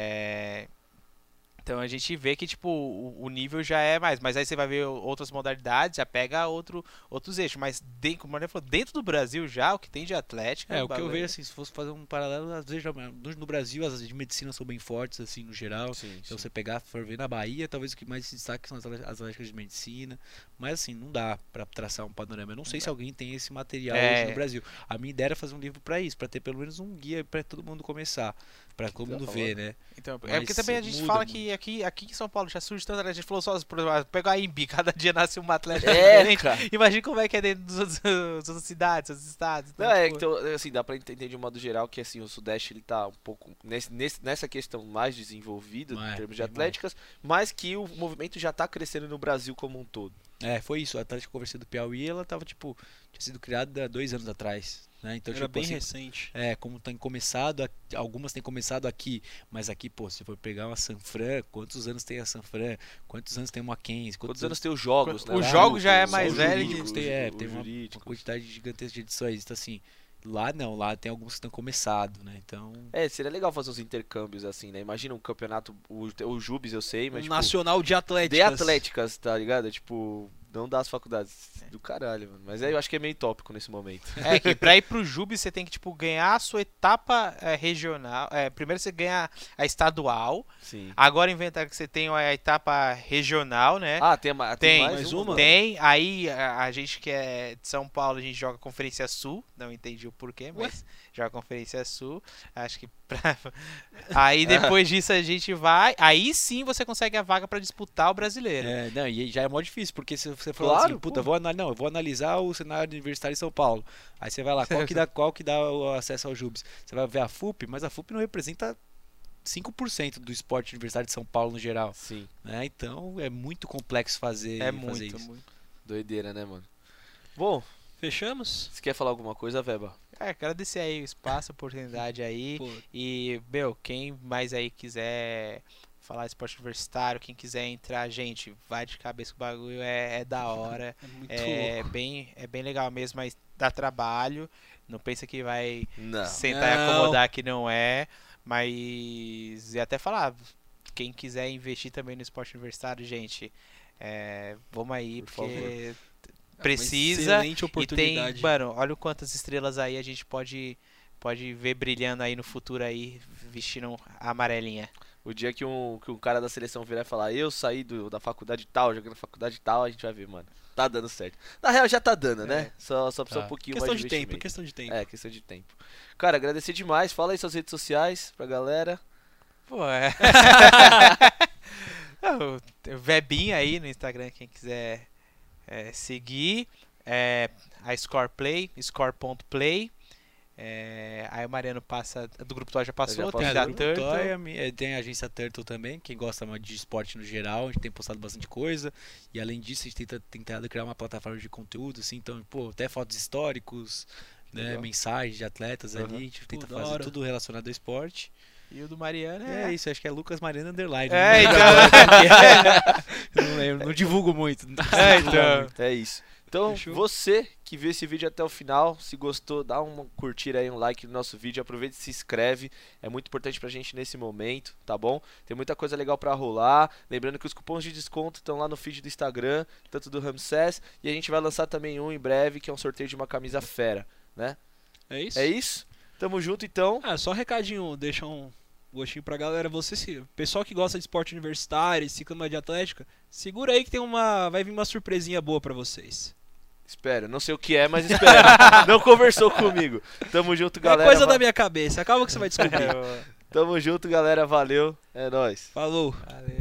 É, Então a gente vê que tipo o, o nível já é mais, mas aí você vai ver outras modalidades, já pega outro, outros eixos, mas dentro, como ele falou, dentro do Brasil já o que tem de Atlético É, o que eu bagulho- vejo, assim, se fosse fazer um paralelo, às vezes já- no, no Brasil as de medicina são bem fortes, assim, no geral. Sim, Então sim. você pegar, for ver na Bahia, talvez o que mais se destaque são as atle- as atléticas de medicina. Mas assim, não dá pra traçar um panorama. Eu não sei se alguém tem esse material É. hoje no Brasil. A minha ideia era fazer um livro pra isso, pra ter pelo menos um guia pra todo mundo começar. Pra todo Tá mundo falando. ver, né? Então, é Mas porque também a gente muda fala muito. que aqui, aqui em São Paulo já surge tanto, a gente falou só, por exemplo, pega a Imbi, cada dia nasce uma atleta É, diferente. cara. Imagina como é que é dentro dos outros, das outras cidades, dos estados. Então, Não, é, tipo, então, assim, dá pra entender de um modo geral que assim, o Sudeste ele tá um pouco nesse, nesse- nessa questão mais desenvolvida É, em termos de bem mais. atléticas, mas que o movimento já tá crescendo no Brasil como um todo. É, foi isso. A Atlética que eu conversei do Piauí, ela tava, tipo, tinha sido criada há dois anos atrás. Né? Então, Era tipo, bem assim, recente. É, como tem começado, a- algumas têm começado aqui, mas aqui, pô, se for pegar uma Sanfran, quantos anos tem a Sanfran? Quantos anos tem uma Mackenzie? Quantos anos tem os jogos, né? Os Lá, jogos já é os- mais os velho jurídicos, tem, é, os tem uma, uma jurídicos. quantidade gigantesca de edições. Então, assim, lá não, lá tem alguns que estão começado, né? Então, É, seria legal fazer uns intercâmbios assim, né? Imagina um campeonato, o, o Jubes eu sei, mas tipo, Nacional de Atléticas. de atléticas, tá ligado? Tipo, não das faculdades. Do caralho, mano. Mas aí eu acho que é meio tópico nesse momento. É que pra ir pro Jube você tem que, tipo, ganhar a sua etapa é, regional. É, primeiro você ganha a estadual. Sim. Agora inventaram que você tem a etapa regional, né? Ah, tem, ma- tem Tem, mais mais uma? uma? Tem. Aí a, a gente que é de São Paulo, a gente joga Conferência Sul. Não entendi o porquê, mas joga Conferência Sul. Acho que pra... Aí depois disso a gente vai. Aí sim você consegue a vaga pra disputar o brasileiro. É, não, e já é mó difícil, porque se você for Claro, assim, puta, pô. eu vou, anal- não, eu vou analisar o cenário universitário em São Paulo. Aí você vai lá, qual que dá, qual que dá o acesso ao Jubes? Você vai ver a F U P, mas a F U P não representa cinco por cento do esporte universitário de São Paulo no geral, Sim. né? Então é muito complexo fazer, É fazer muito, isso. muito. Doideira, né, mano? Bom, Fechamos? você quer falar alguma coisa, Veba? É, agradecer aí o espaço, a oportunidade aí. Pô, E, meu, quem mais aí quiser falar esporte universitário, quem quiser entrar, gente, vai de cabeça que o bagulho é, é da hora. é muito É louco. bem, é bem legal mesmo, mas dá trabalho. Não pensa que vai Não. sentar e Não. acomodar que não é. Mas. E até falar, quem quiser investir também no esporte universitário, gente, é, vamos aí, Por porque Uma precisa. excelente E tem, oportunidade. mano, olha quantas estrelas aí a gente pode, pode ver brilhando aí no futuro aí, vestindo a amarelinha. O dia que um, que um cara da seleção virar e falar, eu saí do, da faculdade tal, joguei na faculdade tal, a gente vai ver, mano. Tá dando certo. Na real já tá dando, né? Só, só precisa Tá. um pouquinho Questão mais de de tempo, investimento. questão de tempo. É, questão de tempo. Cara, agradecer demais. Fala aí suas redes sociais pra galera. Pô, é. o Vebinha aí no Instagram, quem quiser é, seguir. É, a Scoreplay, score.play. É, aí o Mariano passa. Do Grupo Toy já passou, Já tem passou. da Grupo Turtle. Toy, a mi- eh, tem a agência Turtle também, quem gosta mais de esporte no geral, a gente tem postado bastante coisa. E além disso, a gente tenta tentado criar uma plataforma de conteúdo, assim, então, pô, até fotos históricos, né, Legal. mensagens de atletas Uhum. ali, a gente tenta Pô, da fazer hora. tudo relacionado ao esporte. E o do Mariano É, é. isso, acho que é Lucas Mariano Underline. É, não lembro então. agora qual que é. Não lembro, não divulgo muito. não preciso É, divulgar então. muito. É isso. Então, Fechou. você que viu esse vídeo até o final, se gostou, dá um curtir aí, um like no nosso vídeo, aproveita e se inscreve, é muito importante pra gente nesse momento, tá bom? Tem muita coisa legal pra rolar, lembrando que os cupons de desconto estão lá no feed do Instagram, tanto do Ramsés, e a gente vai lançar também um em breve, que é um sorteio de uma camisa fera, né? É isso? É isso? Tamo junto então. Ah, só um recadinho, deixa um gostinho pra galera. Você, se, pessoal que gosta de esporte universitário, esse clima de atlética, segura aí que tem uma, vai vir uma surpresinha boa pra vocês. Espero, não sei o que é, mas espero. Não conversou comigo. Tamo junto, galera. é coisa va- da minha cabeça, calma que você vai descobrir. Tamo junto, galera. Valeu. É nóis. Falou. Valeu.